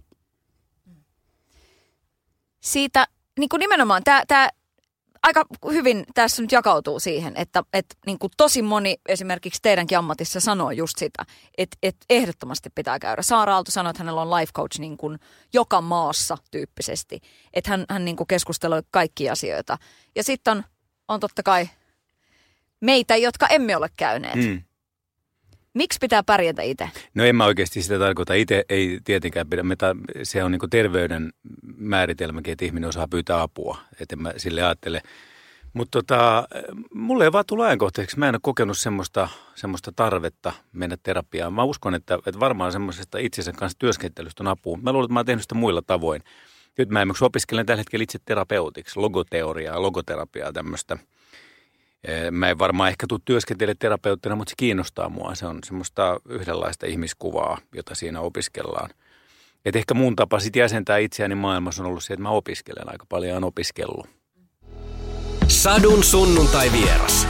Siitä niin kuin nimenomaan, tämä aika hyvin tässä nyt jakautuu siihen, että niin kuin tosi moni esimerkiksi teidänkin ammatissa sanoo just sitä, että ehdottomasti pitää käydä. Saara Aalto sanoi, että hänellä on life coach niin kuin joka maassa tyyppisesti, että hän niin kuin keskustelee kaikkia asioita. Ja sitten on totta kai meitä, jotka emme ole käyneet. Miksi pitää pärjätä itse? No en mä oikeasti sitä tarkoita. Itse ei tietenkään pidä. Se on niin kuin terveyden määritelmäkin, että ihminen osaa pyytää apua. Että en mä sille ajattele. Mutta mulle ei vaan tullut ajankohtaiseksi. Mä en ole kokenut semmoista tarvetta mennä terapiaan. Mä uskon, että varmaan semmoisesta itsensä kanssa työskentelystä on apua. Mä luulen, että mä oon tehnyt sitä muilla tavoin. Nyt mä esimerkiksi opiskelen tällä hetkellä itse terapeutiksi, logoteoriaa, logoterapiaa tämmöistä. Mä en varmaan ehkä tule työskentele terapeuttina, mutta se kiinnostaa mua. Se on semmoista yhdenlaista ihmiskuvaa, jota siinä opiskellaan. Et ehkä mun tapa sit jäsentää itseäni maailmassa on ollut se, että mä opiskelen aika paljon, on opiskellut. Sadun sunnuntai vieras.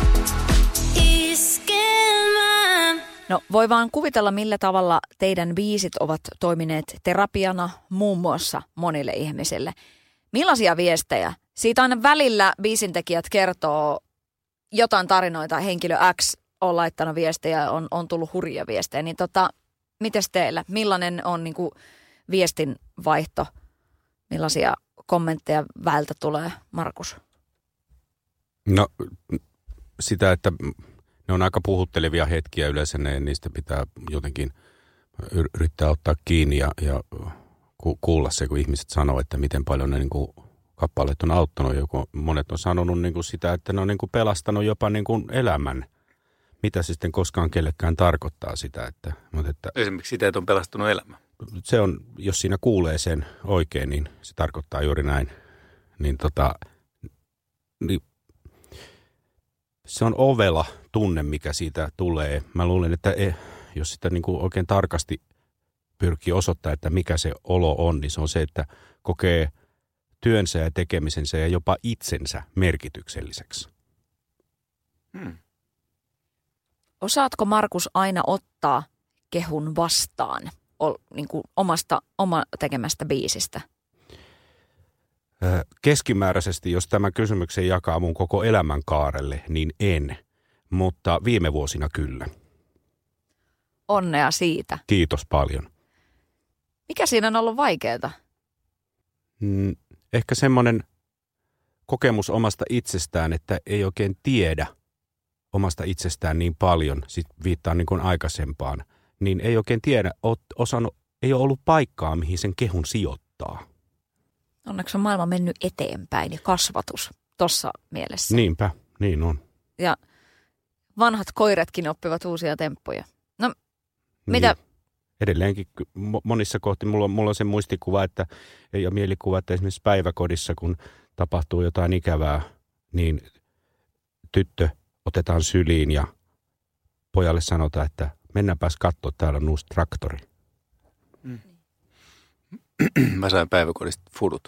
No voi vaan kuvitella, millä tavalla teidän biisit ovat toimineet terapiana muun muassa monille ihmisille. Millaisia viestejä? Siitä aina välillä biisintekijät kertoo jotain tarinoita, henkilö X on laittanut viestejä, on tullut hurjia viestejä, niin mites teillä? Millainen on niin kuin viestinvaihto? Millaisia kommentteja väältä tulee, Markus? No sitä, että ne on aika puhuttelevia hetkiä yleensä, niistä pitää jotenkin yrittää ottaa kiinni ja kuulla se, kun ihmiset sanoo, että miten paljon ne niin kuin kappaleet on auttanut. Monet on sanonut niin kuin sitä, että ne on niin kuin pelastanut jopa niin kuin elämän. Mitä se sitten koskaan kellekään tarkoittaa sitä. Mutta esimerkiksi sitä, että on pelastunut elämä. Se on, jos siinä kuulee sen oikein, niin se tarkoittaa juuri näin. Niin se on ovela tunne, mikä siitä tulee. Mä luulen, että jos sitä niin kuin oikein tarkasti pyrkii osoittaa, että mikä se olo on, niin se on se, että kokee työnsä ja tekemisensä ja jopa itsensä merkitykselliseksi. Osaatko, Markus, aina ottaa kehun vastaan niin kuin oma tekemästä biisistä? Keskimääräisesti, jos tämä kysymyksen jakaa mun koko elämänkaarelle, niin en. Mutta viime vuosina kyllä. Onnea siitä. Kiitos paljon. Mikä siinä on ollut vaikeaa? Ehkä semmoinen kokemus omasta itsestään, että ei oikein tiedä omasta itsestään niin paljon, sitten viittaan niin kuin aikaisempaan, niin ei oikein tiedä, ei ole ollut paikkaa, mihin sen kehun sijoittaa. Onneksi on maailma mennyt eteenpäin ja kasvatus tuossa mielessä. Niinpä, niin on. Ja vanhat koiratkin oppivat uusia temppuja. No, mitä? Niin. Edelleenkin monissa kohti mulla on se muistikuva, että ei ole mielikuva, että esimerkiksi päiväkodissa, kun tapahtuu jotain ikävää, niin tyttö otetaan syliin ja pojalle sanotaan, että mennäänpäs katsoa, täällä on uusi traktori. Mä sain päiväkodista fudut.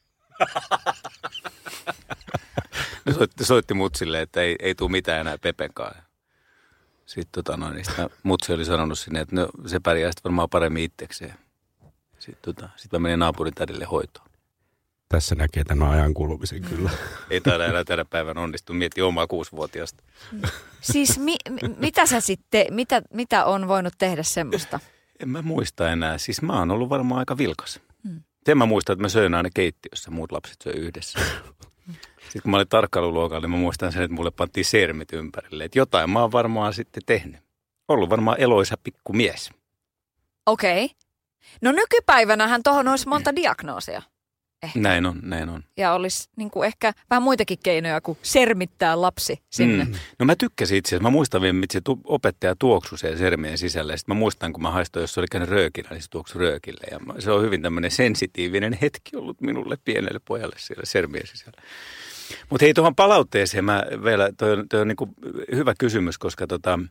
Soitti mutsille, että ei tule mitään enää Pepenkaan. Sitten mutsi oli sanonut sinne, että no, se pärjää sitten varmaan paremmin itsekseen. Sitten mä menin naapurin tädille hoitoon. Tässä näkee tämän ajan kulumisen kyllä. Ei taida enää tänä päivän onnistu. Mietti omaa 6-vuotiaasta. Siis mitä sä sitten, mitä on voinut tehdä semmoista? En mä muista enää. Siis mä oon ollut varmaan aika vilkas. En mä muista, että mä söin aina keittiössä. Muut lapset söi yhdessä. Sitten kun mä olin tarkkailuluokalla, niin mä muistan sen, että mulle pantiin sermit ympärille. Että jotain mä oon varmaan sitten tehnyt. Ollut varmaan eloisa pikkumies. Okei. No nykypäivänähän tuohon olisi monta diagnoosia. Ehkä. Näin on. Ja olisi niin kuin ehkä vähän muitakin keinoja kuin sermittää lapsi sinne. No mä tykkäsin itse asiassa. Mä muistan vielä, miten se opettaja tuoksui sen sermien sisälle. Sitten mä muistan, kun mä haistoin, jos se oli käynyt röökillä, niin se tuoksui röökille. Ja se on hyvin tämmöinen sensitiivinen hetki ollut minulle pienelle pojalle siellä sermien sisällä. Mutta hei, tuohon palautteeseen toi on niin kuin hyvä kysymys, koska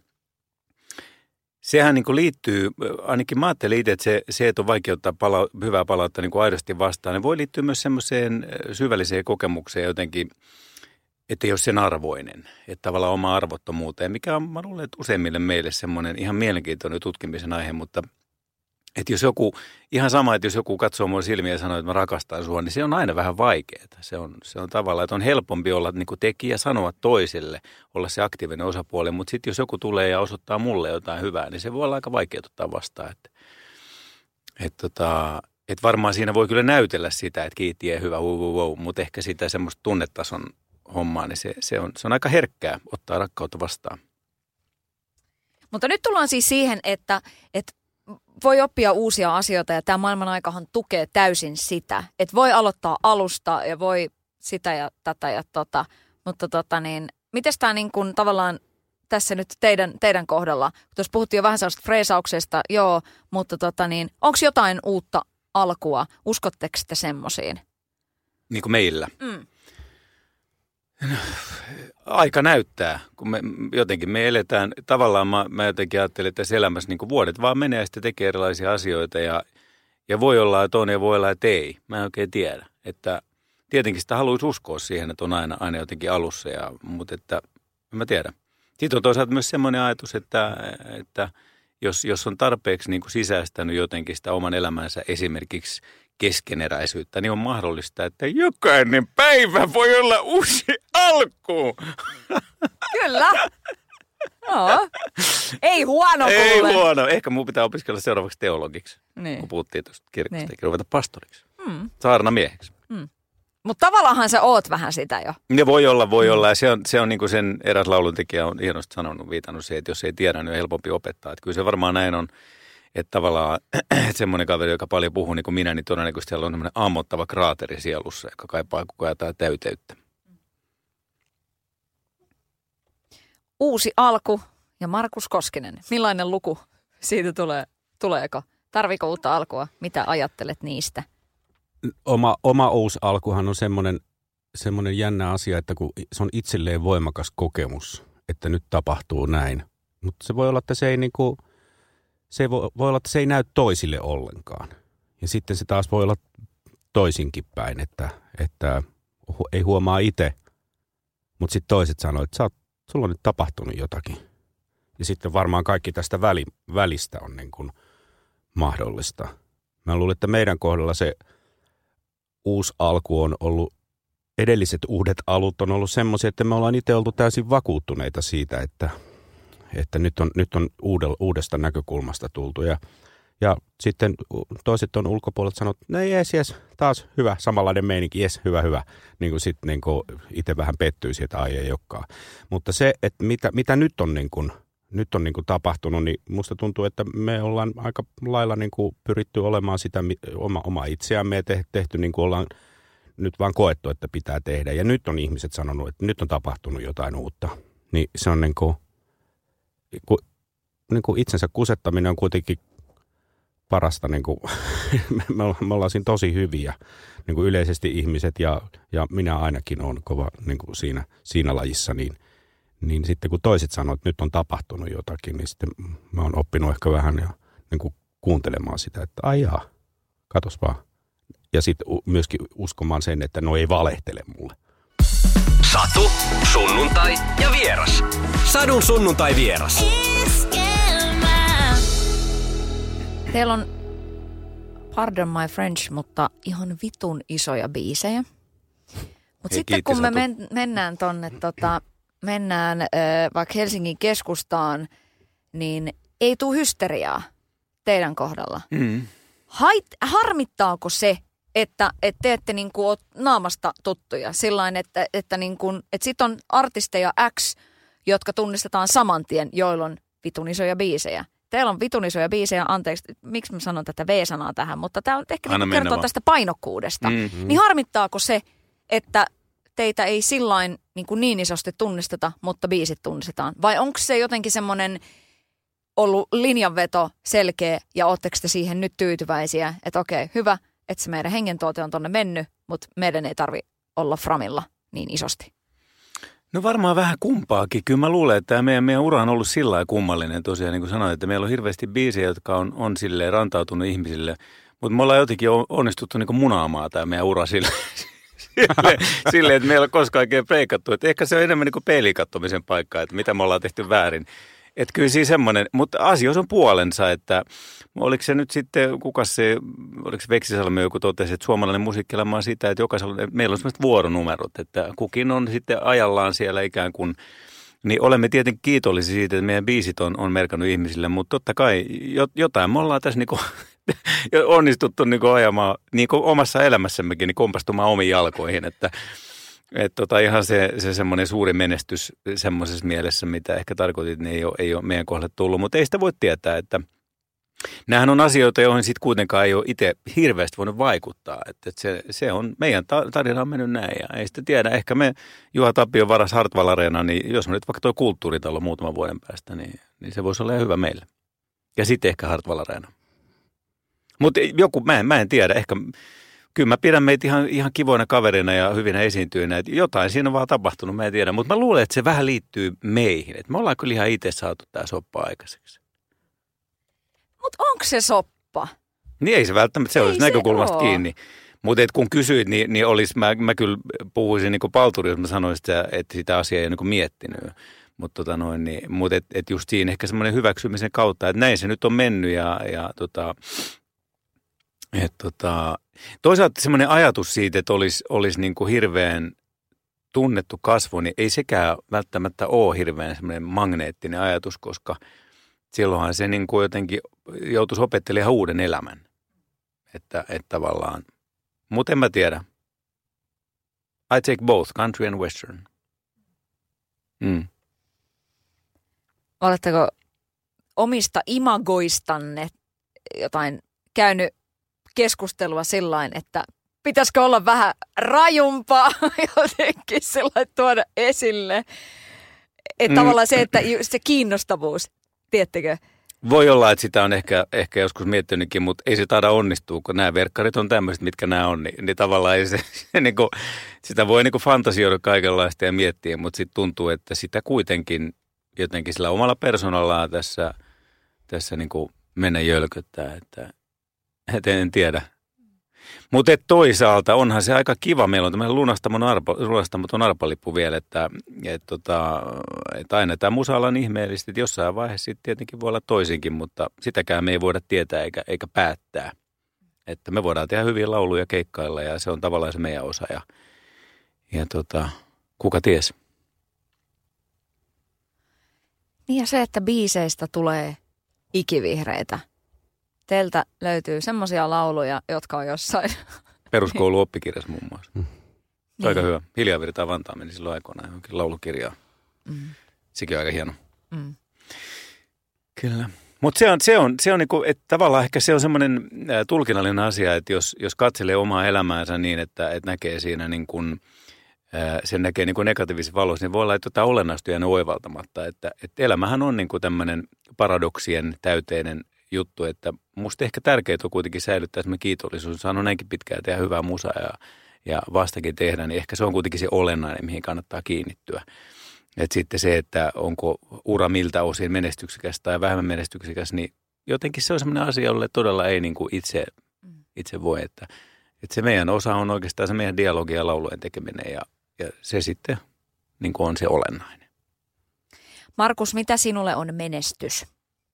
sehän niin kuin liittyy, ainakin mä ajattelin itse, että se että on vaikea ottaa hyvää palautta niin kuin aidosti vastaan, niin voi liittyä myös semmoiseen syvälliseen kokemukseen jotenkin, että ei ole sen arvoinen, että tavallaan oma arvottomuuteen, mikä on, mä luulen, että useimmille meille semmoinen ihan mielenkiintoinen tutkimisen aihe, mutta että jos joku, ihan sama, että jos joku katsoo mua silmiä ja sanoo, että mä rakastan sua, niin se on aina vähän vaikeaa. Se on tavallaan, että on helpompi olla niin kuin tekijä, sanoa toiselle, olla se aktiivinen osapuoli, mutta sitten jos joku tulee ja osoittaa mulle jotain hyvää, niin se voi olla aika vaikea ottaa vastaan. Että varmaan siinä voi kyllä näytellä sitä, että kiitti ja hyvä, mutta ehkä sitä semmoista tunnetason hommaa, niin se on aika herkkää ottaa rakkautta vastaan. Mutta nyt tullaan siis siihen, että voi oppia uusia asioita ja tämä maailman aikahan tukee täysin sitä, että voi aloittaa alusta ja voi sitä ja tätä ja mutta mites tämä niin kuin tavallaan tässä nyt teidän kohdalla, tuossa puhuttiin jo vähän sellaista freesauksesta, joo, mutta onko jotain uutta alkua, uskotteko te semmosiin? Niin kuin meillä? Aika näyttää, kun me eletään, tavallaan mä jotenkin ajattelen, että tässä elämässä niin kuin vuodet vaan menee ja sitten tekee erilaisia asioita ja voi olla, että on ja voi olla, että ei. Mä en oikein tiedä, että tietenkin sitä haluaisi uskoa siihen, että on aina jotenkin alussa, mutta että en mä tiedä. Sitten on toisaalta myös semmoinen ajatus, että jos on tarpeeksi niin kuin sisäistänyt jotenkin sitä oman elämänsä esimerkiksi keskeneräisyyttä, niin on mahdollista, että jokainen päivä voi olla uusi alku. Kyllä. No. Ei huono kuule. Ei huono. Ehkä mun pitää opiskella seuraavaksi teologiksi, niin. Kun puhuttiin tuosta kirkosta, eikä ruveta pastoriksi. Saarnamieheksi. Mutta tavallaanhan sä oot vähän sitä jo. Ja voi olla. Ja se on niin kuin sen eräs lauluntekijä on hienosti sanonut, viitannut siihen, että jos ei tiedä, niin on helpompi opettaa. Että kyllä se varmaan näin on. Että tavallaan että semmoinen kaveri, joka paljon puhuu niin kuin minä, niin todennäköisesti siellä on semmoinen ammottava kraateri sielussa, joka kaipaa koko ajan jotain täyteyttä. Uusi alku ja Markus Koskinen. Millainen luku siitä tuleeko? Tarviiko uutta alkua? Mitä ajattelet niistä? Oma uusi alkuhan on semmoinen jännä asia, että kun se on itselleen voimakas kokemus, että nyt tapahtuu näin. Mutta se voi olla, että se ei niinku... Se voi olla, että se ei näy toisille ollenkaan. Ja sitten se taas voi olla toisinkin päin, että ei huomaa itse, mutta sitten toiset sanoo, että sulla on nyt tapahtunut jotakin. Ja sitten varmaan kaikki tästä välistä on niin kuin mahdollista. Mä luulen, että meidän kohdalla se uusi alku on ollut, edelliset uudet alut on ollut semmoisia, että me ollaan itse oltu täysin vakuuttuneita siitä, että nyt on uudesta näkökulmasta tultu. Ja sitten toiset on ulkopuolelta sanonut, että no jes, taas hyvä, samanlainen meininki, jes, hyvä. Niin kuin sitten niin kuin itse vähän pettyy siitä, että ai ei olekaan. Mutta se, että mitä nyt on niin kuin tapahtunut, niin musta tuntuu, että me ollaan aika lailla niin kuin pyritty olemaan sitä oma itseämme ja tehty niin kuin ollaan nyt vaan koettu, että pitää tehdä. Ja nyt on ihmiset sanonut, että nyt on tapahtunut jotain uutta. Niin se on niin kuin itsensä kusettaminen on kuitenkin parasta, niin kuin, me ollaan siinä tosi hyviä, niin kuin yleisesti ihmiset ja minä ainakin olen kova niin kuin siinä lajissa, niin sitten kun toiset sanoo, että nyt on tapahtunut jotakin, niin sitten mä oon oppinut ehkä vähän ja niin kuin kuuntelemaan sitä, että ai jaa, katos vaan. Ja sitten myöskin uskomaan sen, että no ei valehtele mulle. Satu, sunnuntai ja vieras. Sadun sunnuntai vieras. Teillä on, pardon my French, mutta ihan vitun isoja biisejä. Mutta sitten kun me mennään tonne, vaikka Helsingin keskustaan, niin ei tule hysteriaa teidän kohdalla. Harmittaako se, että te ette niinku ole naamasta tuttuja sillain, että sit on artisteja X, jotka tunnistetaan saman tien, joilla on vitun isoja biisejä. Teillä on vitun isoja biisejä, anteeksi, miksi mä sanon tätä V-sanaa tähän, mutta tämä ehkä kertoo tästä painokkuudesta. Niin harmittaako se, että teitä ei sillain niin isosti tunnisteta, mutta biisit tunnistetaan? Vai onko se jotenkin semmoinen ollut linjanveto selkeä ja ootteko te siihen nyt tyytyväisiä, että okei, hyvä, että se meidän hengentuote on tonne mennyt, mutta meidän ei tarvi olla framilla niin isosti? No varmaan vähän kumpaakin. Kyllä mä luulen, että meidän ura on ollut sillä lailla kummallinen tosiaan, niin kuin sanoin, että meillä on hirveästi biisejä, jotka on silleen rantautunut ihmisille, mutta me ollaan jotenkin onnistuttu niin kuin munaamaan tämä meidän ura silleen, että meillä on koskaan oikein breikattu. Että ehkä se on enemmän niin kuin peilikattomisen paikka, että mitä me ollaan tehty väärin. Että kyllä siinä semmoinen, mutta asioissa on puolensa, että oliko se nyt sitten, oliko se Veksisalmi joku totesi, että suomalainen musiikkielämä on sitä, että meillä on sellaiset vuoronumerot, että kukin on sitten ajallaan siellä ikään kuin, niin olemme tietenkin kiitollisia siitä, että meidän biisit on merkannut ihmisille, mutta totta kai jotain me ollaan tässä niinku onnistuttu niinku ajamaan niinku omassa elämässämmekin niin kompastumaan omiin jalkoihin, että ihan se semmoinen suuri menestys semmoisessa mielessä, mitä ehkä tarkoitit, niin ei ole meidän kohdalle tullut. Mutta ei sitä voi tietää, että nämähän on asioita, joihin sitten kuitenkaan ei ole itse hirveästi voinut vaikuttaa. Että se on, meidän tarina on mennyt näin ja ei sitä tiedä. Ehkä me Juha Tapio varas Hartwall Areena, niin jos me nyt vaikka tuo kulttuuritalo muutaman vuoden päästä, niin se voisi olla ihan hyvä meille. Ja sitten ehkä Hartwall Areena. Mutta joku, mä en tiedä, ehkä... Kyllä mä pidän meitä ihan kivoina kaverina ja hyvinä esiintyjinä. Että jotain siinä on vaan tapahtunut, mä en tiedä. Mutta mä luulen, että se vähän liittyy meihin. Että me ollaan kyllä ihan itse saatu tää soppa aikaiseksi. Mutta onko se soppa? Niin ei se välttämättä, se olisi näkökulmasta kiinni. Mutta kun kysyit, niin olisi, mä kyllä puhuisin niin kuin palturi, jos mä sanoisin, että sitä asiaa ei ole niin miettinyt. Mutta et just siinä ehkä semmoinen hyväksymisen kautta, että näin se nyt on mennyt toisaalta semmoinen ajatus siitä, että olisi niin kuin hirveän tunnettu kasvu, niin ei sekään välttämättä ole hirveän semmoinen magneettinen ajatus, koska silloinhan se niin kuin jotenkin joutuisi opettelemaan ihan uuden elämän. Että tavallaan, mutta en mä tiedä. I take both, country and western. Oletteko omista imagoistanne jotain käynyt keskustelua sillain, että pitäisikö olla vähän rajumpaa jotenkin sillain tuoda esille. Että tavallaan se, että se kiinnostavuus, tiedättekö? Voi olla, että sitä on ehkä joskus miettinytkin, mutta ei se taida onnistua, kun nämä verkkarit on tämmöiset, mitkä nämä on. Niin tavallaan ei se niin kuin, sitä voi niin kuin fantasioida kaikenlaista ja miettiä, mutta sitten tuntuu, että sitä kuitenkin jotenkin sillä omalla persoonallaan tässä niin kuin mennä jölköttää, että en tiedä. Mutta toisaalta onhan se aika kiva. Meillä on tämmöinen lunastamaton arpalippu vielä, että aina tämä musa-ala on ihmeellistä, että jossain vaiheessa sitten tietenkin voi olla toisinkin, mutta sitäkään me ei voida tietää eikä päättää. Että me voidaan tehdä hyviä lauluja, keikkailla ja se on tavallaan se meidän osa ja kuka ties. Niin ja se, että biiseistä tulee ikivihreitä. Teiltä löytyy semmoisia lauluja, jotka on jossain. Peruskoulu oppikirjassa muun muassa. Se on aika hyvä. Hiljaa virtaa Vantaa meni silloin aikoinaan johonkin laulukirjaan. Sekin on aika hieno. Kyllä. Mutta se on niinku, että tavallaan ehkä se on semmoinen tulkinnallinen asia, että jos katselee omaa elämäänsä niin, että näkee siinä niin kuin, sen näkee niin kuin negatiivisen valossa, niin voi olla, että jotain olennaista jäänyt oivaltamatta. Että elämähän on niin kuin tämmöinen paradoksien täyteinen juttu, että musta ehkä tärkeää on kuitenkin säilyttää semmoinen kiitollisuus. Saanut näinkin pitkään tehdä hyvää musaa ja vastakin tehdä, niin ehkä se on kuitenkin se olennainen, mihin kannattaa kiinnittyä. Että sitten se, että onko ura miltä osin menestyksekäs tai vähemmän menestyksekäs, niin jotenkin se on semmoinen asia, jolle todella ei niin kuin itse voi. Että se meidän osa on oikeastaan se meidän dialogia ja laulujen tekeminen ja se sitten niin kuin on se olennainen. Markus, mitä sinulle on menestys?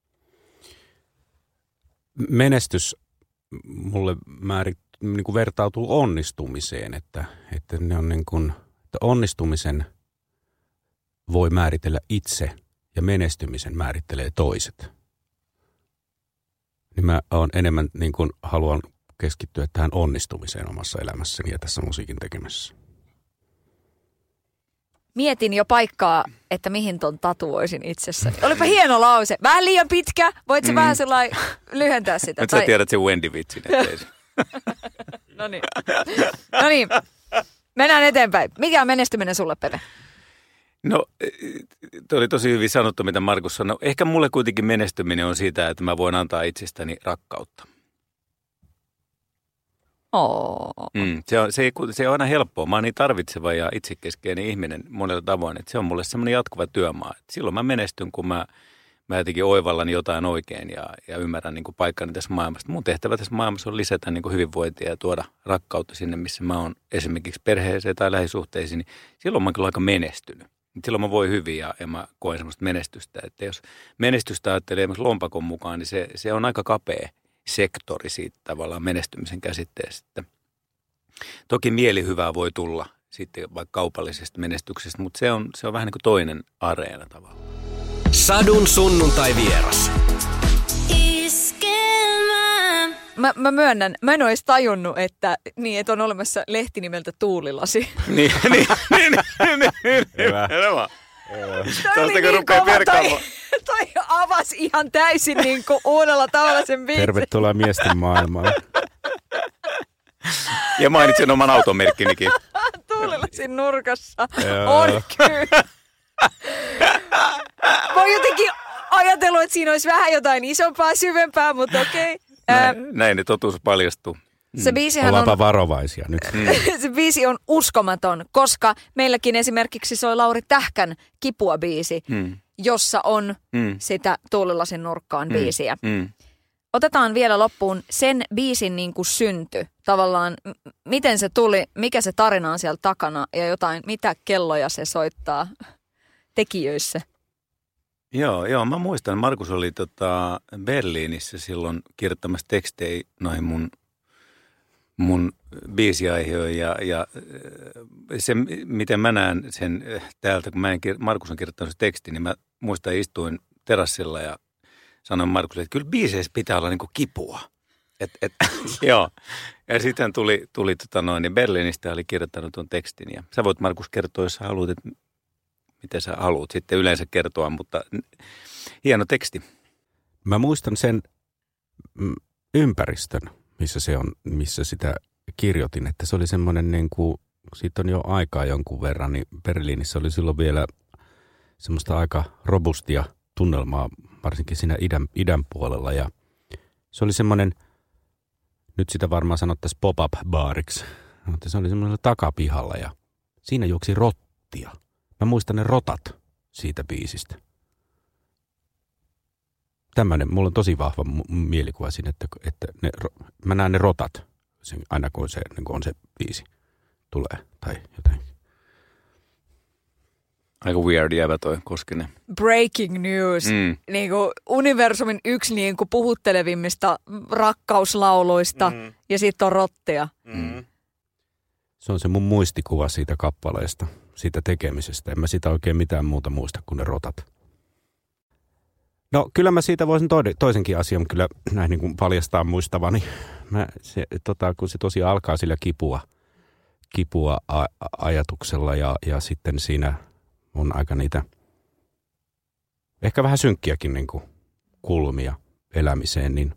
Menestys mulle niin kuin vertautuu onnistumiseen, että ne on niin kuin, että onnistumisen voi määritellä itse ja menestymisen määrittelee toiset. Niin mä oon enemmän niin kuin haluan keskittyä tähän onnistumiseen omassa elämässäni ja tässä musiikin tekemässä. Mietin jo paikkaa, että mihin ton tatuoisin itsessäni. Olipa hieno lause. Vähän liian pitkä. Voit sä vähän sellainen lyhentää sitä? Nyt sä tiedät sen Wendy-vitsin. No niin. Mennään eteenpäin. Mikä on menestyminen sulle, Peve? No, toi oli tosi hyvin sanottu, mitä Markus sanoi. Ehkä mulle kuitenkin menestyminen on siitä, että mä voin antaa itsestäni rakkautta. Se on aina helppoa. Mä oon niin tarvitseva ja itsekeskeinen ihminen monella tavoin, että se on mulle semmoinen jatkuva työmaa. Et silloin mä menestyn, kun mä jotenkin oivallan jotain oikein ja ymmärrän niin kuin paikkani tässä maailmassa. Mun tehtävä tässä maailmassa on lisätä niin kuin hyvinvointia ja tuoda rakkautta sinne, missä mä oon esimerkiksi perheeseen tai lähisuhteisiin. Niin silloin mä oon kyllä aika menestynyt. Silloin mä voin hyvin ja mä koen semmoista menestystä. Että jos menestystä ajattelee esimerkiksi lompakon mukaan, niin se on aika kapea sektori siitä tavallaan menestymisen käsitteestä. Toki mielihyvää voi tulla sitten vaikka kaupallisesta menestyksestä, mutta se on vähän niin kuin toinen areena tavallaan. Sadun sunnuntai vieras. Mä myönnän, mä en olisi tajunnut, että on olemassa lehti nimeltä Tuulilasi. Niin. Hyvä. Toi oli niin kova, toi avasi ihan täysin niin kuin uudella tavalla sen biisin. Tervetuloa miesten maailmaan. Ja mainitsin oman automerkkinikin. Tuulilasin nurkassa on kyllä. Voi jotenkin ajatella, että siinä olisi vähän jotain isompaa, syvempää, mutta okei. Näin ne totuus paljastuu. Se biisihän Ollaanpa varovaisia nyt. Se biisi on uskomaton, koska meilläkin esimerkiksi soi Lauri Tähkän Kipua-biisi, jossa on sitä Tuulilasin nurkkaan biisiä. Otetaan vielä loppuun sen biisin niin kuin synty. Tavallaan, miten se tuli, mikä se tarina on siellä takana ja jotain, mitä kelloja se soittaa tekijöissä. Joo, mä muistan, Markus oli Berliinissä silloin kirjoittamassa tekstejä noihin mun biisiaiheoon ja se, miten mä näen sen täältä, kun Markus on kirjoittanut se teksti, niin mä muistan, istuin terassilla ja sanoin Markusille, että kyllä biiseissä pitää olla niinku kipua. Joo. Ja sitten tuli niin Berliinistä oli kirjoittanut tuon tekstin ja sä voit Markus kertoa, jos sä haluat, että mitä sä haluat sitten yleensä kertoa, mutta hieno teksti. Mä muistan sen ympäristön, missä sitä kirjoitin, että se oli semmoinen niin kuin, siitä on jo aikaa jonkun verran, niin Berliinissä oli silloin vielä semmoista aika robustia tunnelmaa, varsinkin siinä idän puolella ja se oli semmoinen, nyt sitä varmaan sanottaisiin pop-up-baariksi, mutta se oli semmoinen takapihalla ja siinä juoksi rottia. Mä muistan ne rotat siitä biisistä. Tämmöinen, mulla on tosi vahva mielikuva siinä, että mä näen ne rotat aina kun se, niin kun on se biisi tulee tai jotain. Aika weird jäävä toi Koskinen. Breaking news. Niin kuin universumin yksi niin kuin puhuttelevimmista rakkauslauluista ja sitten on rottia. Se on se mun muistikuva siitä kappaleesta, siitä tekemisestä. En mä sitä oikein mitään muuta muista kuin ne rotat. No kyllä mä siitä voisin toisenkin asian kyllä näin niin kuin paljastaa muistavani. Kun se tosiaan alkaa sillä kipua ajatuksella ja sitten siinä on aika niitä ehkä vähän synkkiäkin niin kuin kulmia elämiseen, niin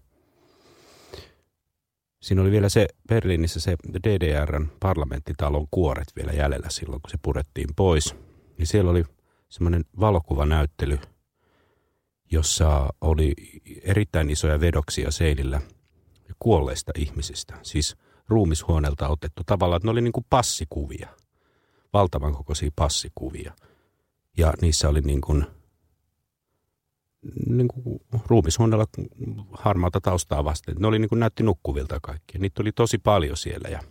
siinä oli vielä se Berliinissä se DDR:n parlamenttitalon kuoret vielä jäljellä silloin, kun se purettiin pois. Niin siellä oli semmoinen valokuvanäyttely, jossa oli erittäin isoja vedoksia seinillä kuolleista ihmisistä. Siis ruumishuoneelta otettu tavallaan, että ne oli niin kuin passikuvia, valtavan kokoisia passikuvia. Ja niissä oli niin kuin ruumishuoneella harmaata taustaa vasten. Ne oli niin kuin näytti nukkuvilta kaikkia. Niitä oli tosi paljon siellä ja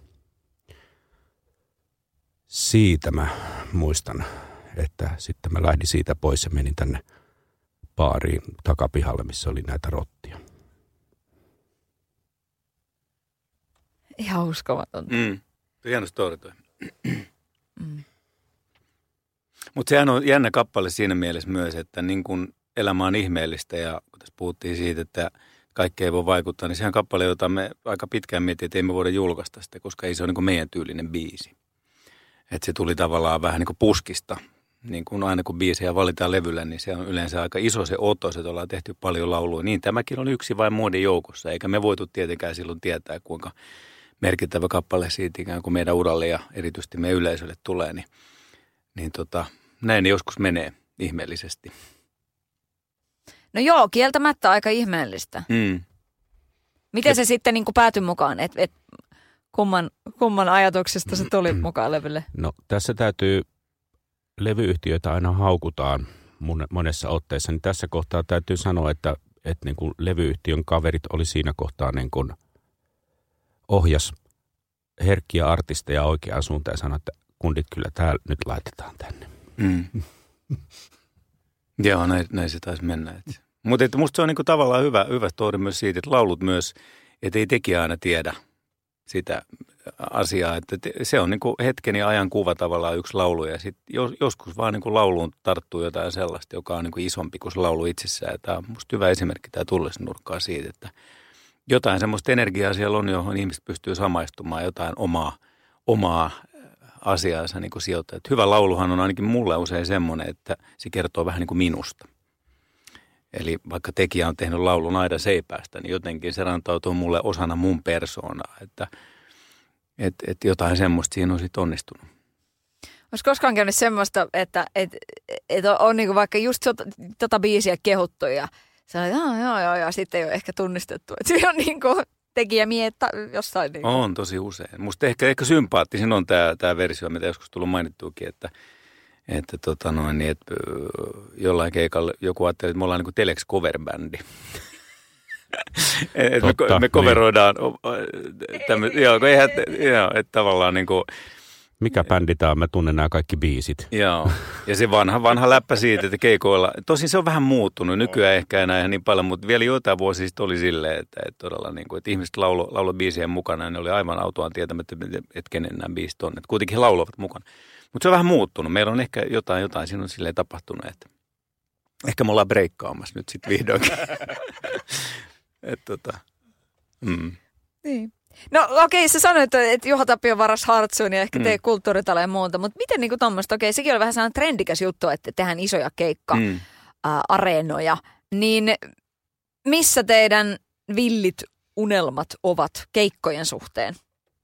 siitä mä muistan, että sitten mä lähdin siitä pois ja menin tänne baariin takapihalle, missä oli näitä rottia. Ihan uskomatonta. Hieno story toi. Mutta sehän on jännä kappale siinä mielessä myös, että niin kun elämä on ihmeellistä ja kun tässä puhuttiin siitä, että kaikki ei voi vaikuttaa, niin sehän kappale, jota me aika pitkään miettii, että ei me voida julkaista sitä, koska ei se ole niin kuin meidän tyylinen biisi. Että se tuli tavallaan vähän niin kuin puskista. Niin kuin aina kun biisejä valitaan levyllä, niin se on yleensä aika iso se otos, että ollaan tehty paljon lauluja. Niin tämäkin on yksi vain muiden joukossa, eikä me voitu tietenkään silloin tietää, kuinka merkittävä kappale siitä ikään kuin meidän uralle ja erityisesti meidän yleisölle tulee. Niin näin ne joskus menee ihmeellisesti. No joo, kieltämättä aika ihmeellistä. Miten se sitten niin kuin päätyi mukaan, että kumman ajatuksesta se tuli mukaan levylle? No tässä täytyy, levyyhtiöitä aina haukutaan monessa otteessa, niin tässä kohtaa täytyy sanoa, että niin kuin levyyhtiön kaverit oli siinä kohtaa niin kuin ohjas herkkiä artisteja oikeaan suuntaan ja sanoi, että kundit kyllä tää nyt laitetaan tänne. Joo, näin se taisi mennä. Mutta musta se on niinku tavallaan hyvä story myös siitä, että laulut myös, että ei tekijä aina tiedä sitä asiaa. Että se on niinku hetken ja ajan kuva tavallaan yksi laulu ja sitten joskus vaan niinku lauluun tarttuu jotain sellaista, joka on niinku isompi kuin se laulu itsessään. Tämä on musta hyvä esimerkki tämä Tullesnurkkaa siitä, että jotain semmoista energiaa siellä on, johon ihmiset pystyy samaistumaan, jotain omaa asiaansa niin kuin sijoittaa. Että hyvä lauluhan on ainakin mulle usein semmoinen, että se kertoo vähän niin kuin minusta. Eli vaikka tekijä on tehnyt laulun aida seipäästä, niin jotenkin se rantautuu mulle osana mun persoonaa, että jotain semmoista siinä on sitten onnistunut. Olisi koskaan käynyt semmoista, että on niin kuin vaikka just tota biisiä kehuttu ja sanoit, joo, ja sitten ei ole ehkä tunnistettu. Että se on niin kuin tekijä miettä jossain. Niin kuin. On tosi usein. Musta ehkä sympaattisin on tämä versio, mitä joskus tullut mainittuukin, että jollain keikalla joku ajatteli, että me ollaan niin kuin Telex cover-bändi. Me coveroidaan että tavallaan niin kuin mikä bändi tämä on? Mä tunnen nämä kaikki biisit. Joo, ja se vanha läppä siitä, että keikoilla, tosin se on vähän muuttunut, nykyään ehkä enää ihan niin paljon, mutta vielä joitain vuosia sitten oli silleen, että todella niin kuin, että ihmiset lauloi biisien mukana ja ne oli aivan autoaan tietämättä, että kenen nämä biisit on, että kuitenkin he laulavat mukana. Mutta se on vähän muuttunut, meillä on ehkä jotain siinä on silleen tapahtunut, että ehkä me ollaan breikkaamassa nyt sitten vihdoinkin. Niin. No okei, sä sanoit, että Juha Tapio varas Hartsuun ja ehkä tee kulttuuritalo ja muuta, mutta miten niinku tommoista, okei, sekin oli vähän sellainen trendikäs juttu, että tehdään isoja keikka-areenoja, niin missä teidän villit unelmat ovat keikkojen suhteen?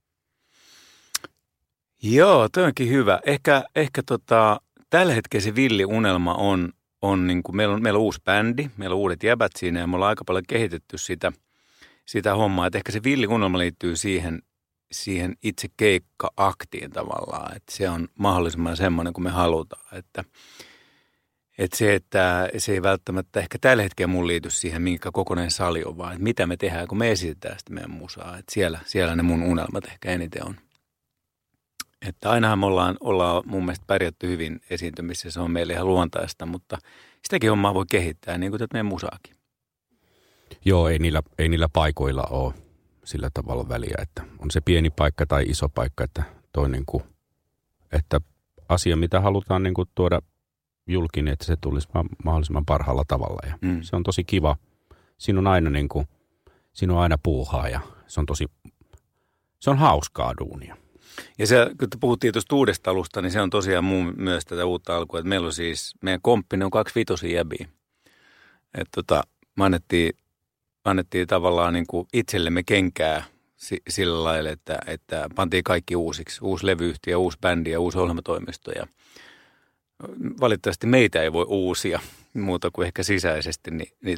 Joo, toi onkin hyvä. Ehkä tällä hetkellä se villi unelma on niin kuin, meillä on uusi bändi, meillä on uudet jäbät siinä ja me ollaan aika paljon kehitetty sitä hommaa, että ehkä se villiunelma liittyy siihen itse keikka-aktiin tavallaan, että se on mahdollisimman semmoinen kuin me halutaan, Että se ei välttämättä ehkä tällä hetkellä mun liity siihen, minkä kokonainen sali on, vaan että mitä me tehdään, kun me esitetään sitä meidän musaa. Että siellä ne mun unelmat ehkä eniten on. Että ainahan me ollaan mun mielestä pärjätty hyvin esiintymissä, se on meille ihan luontaista, mutta sitäkin hommaa voi kehittää, niin kuin tätä meidän musaakin. Joo, ei niillä paikoilla ole sillä tavalla väliä, että on se pieni paikka tai iso paikka, että että asia, mitä halutaan niin kuin tuoda julki, että se tulisi mahdollisimman parhaalla tavalla. Ja se on tosi kiva. Siinä on aina puuhaa ja se on hauskaa duunia. Ja kun puhuttiin tuosta uudesta alusta, niin se on tosiaan myös tätä uutta alkua. Että meillä on siis, meidän komppinen on 2 vitosia jäbiä. Että me annettiin tavallaan niin kuin itsellemme kenkää sillä lailla, että pantiin kaikki uusiksi. Uusi levyyhtiö, uusi bändi ja uusi ohjelmatoimisto. Ja valitettavasti meitä ei voi uusia muuta kuin ehkä sisäisesti.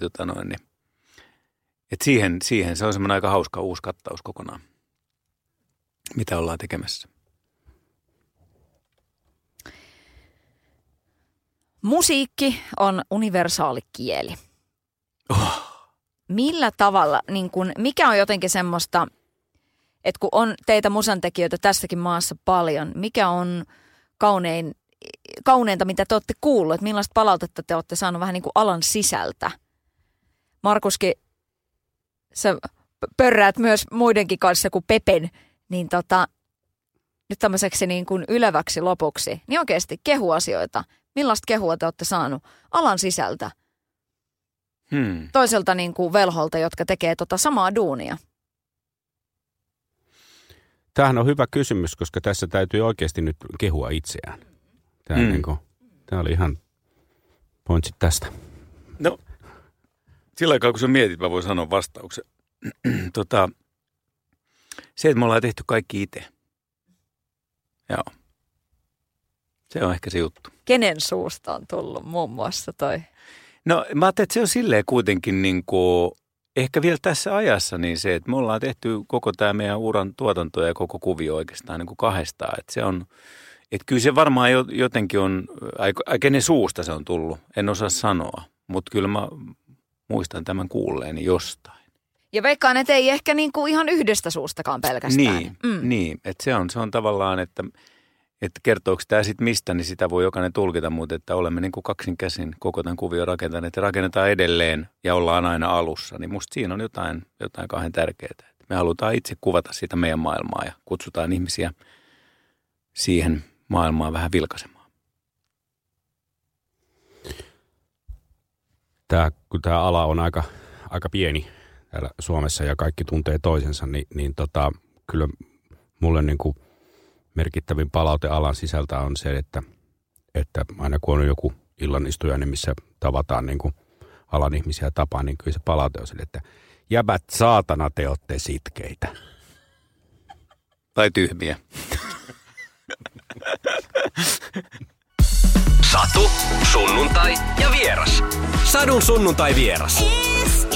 Että siihen se on semmoinen aika hauska uusi kattaus kokonaan, mitä ollaan tekemässä. Musiikki on universaali kieli. Millä tavalla, mikä on jotenkin semmoista, että kun on teitä musantekijöitä tässäkin maassa paljon, mikä on kauneinta, mitä te olette kuulleet, että millaista palautetta te olette saaneet vähän niin kuin alan sisältä? Markuskin, sä pörräät myös muidenkin kanssa kuin Pepen, niin nyt tämmöiseksi niin kuin yleväksi lopuksi, niin oikeasti kehuasioita. Millaista kehua te olette saanut alan sisältä? Toiselta niin kuin velholta, jotka tekee samaa duunia. Tämähän on hyvä kysymys, koska tässä täytyy oikeasti nyt kehua itseään. Tämä oli ihan pointsit tästä. No, sillä aikaa kun sä mietit, mä voin sanoa vastauksen. Se, että me ollaan tehty kaikki itse. Joo. Se on ehkä se juttu. Kenen suusta on tullut muun muassa toi? No mä ajattelin, että se on silleen kuitenkin niin kuin, ehkä vielä tässä ajassa niin se, että me ollaan tehty koko tämä meidän uran tuotanto ja koko kuvio oikeastaan niin kuin kahdestaan. Että se on, että kyllä se varmaan jotenkin on, kenen suusta se on tullut, en osaa sanoa, mutta kyllä mä muistan tämän kuulleeni jostain. Ja veikkaan, että ei ehkä niin kuin ihan yhdestä suustakaan pelkästään. Niin, että se on tavallaan, että kertooko tämä sitten mistä, niin sitä voi jokainen tulkita, mutta että olemme niin kuin kaksin käsin koko tämän kuvion rakentaneet ja rakennetaan edelleen ja ollaan aina alussa, niin musta siinä on jotain kauhean tärkeää. Me halutaan itse kuvata sitä meidän maailmaa ja kutsutaan ihmisiä siihen maailmaan vähän vilkaisemaan. Kun tämä ala on aika pieni täällä Suomessa ja kaikki tuntee toisensa, niin kyllä mulle niin kuin merkittävin palaute alan sisältä on se, että aina kun on joku illanistujainen, missä tavataan niin kuin alan ihmisiä tapaan, niin kyllä se palaute on se, että jäbät saatana te ootte sitkeitä. Tai tyhmiä. Satu, sunnuntai ja vieras. Sadun sunnuntai vieras.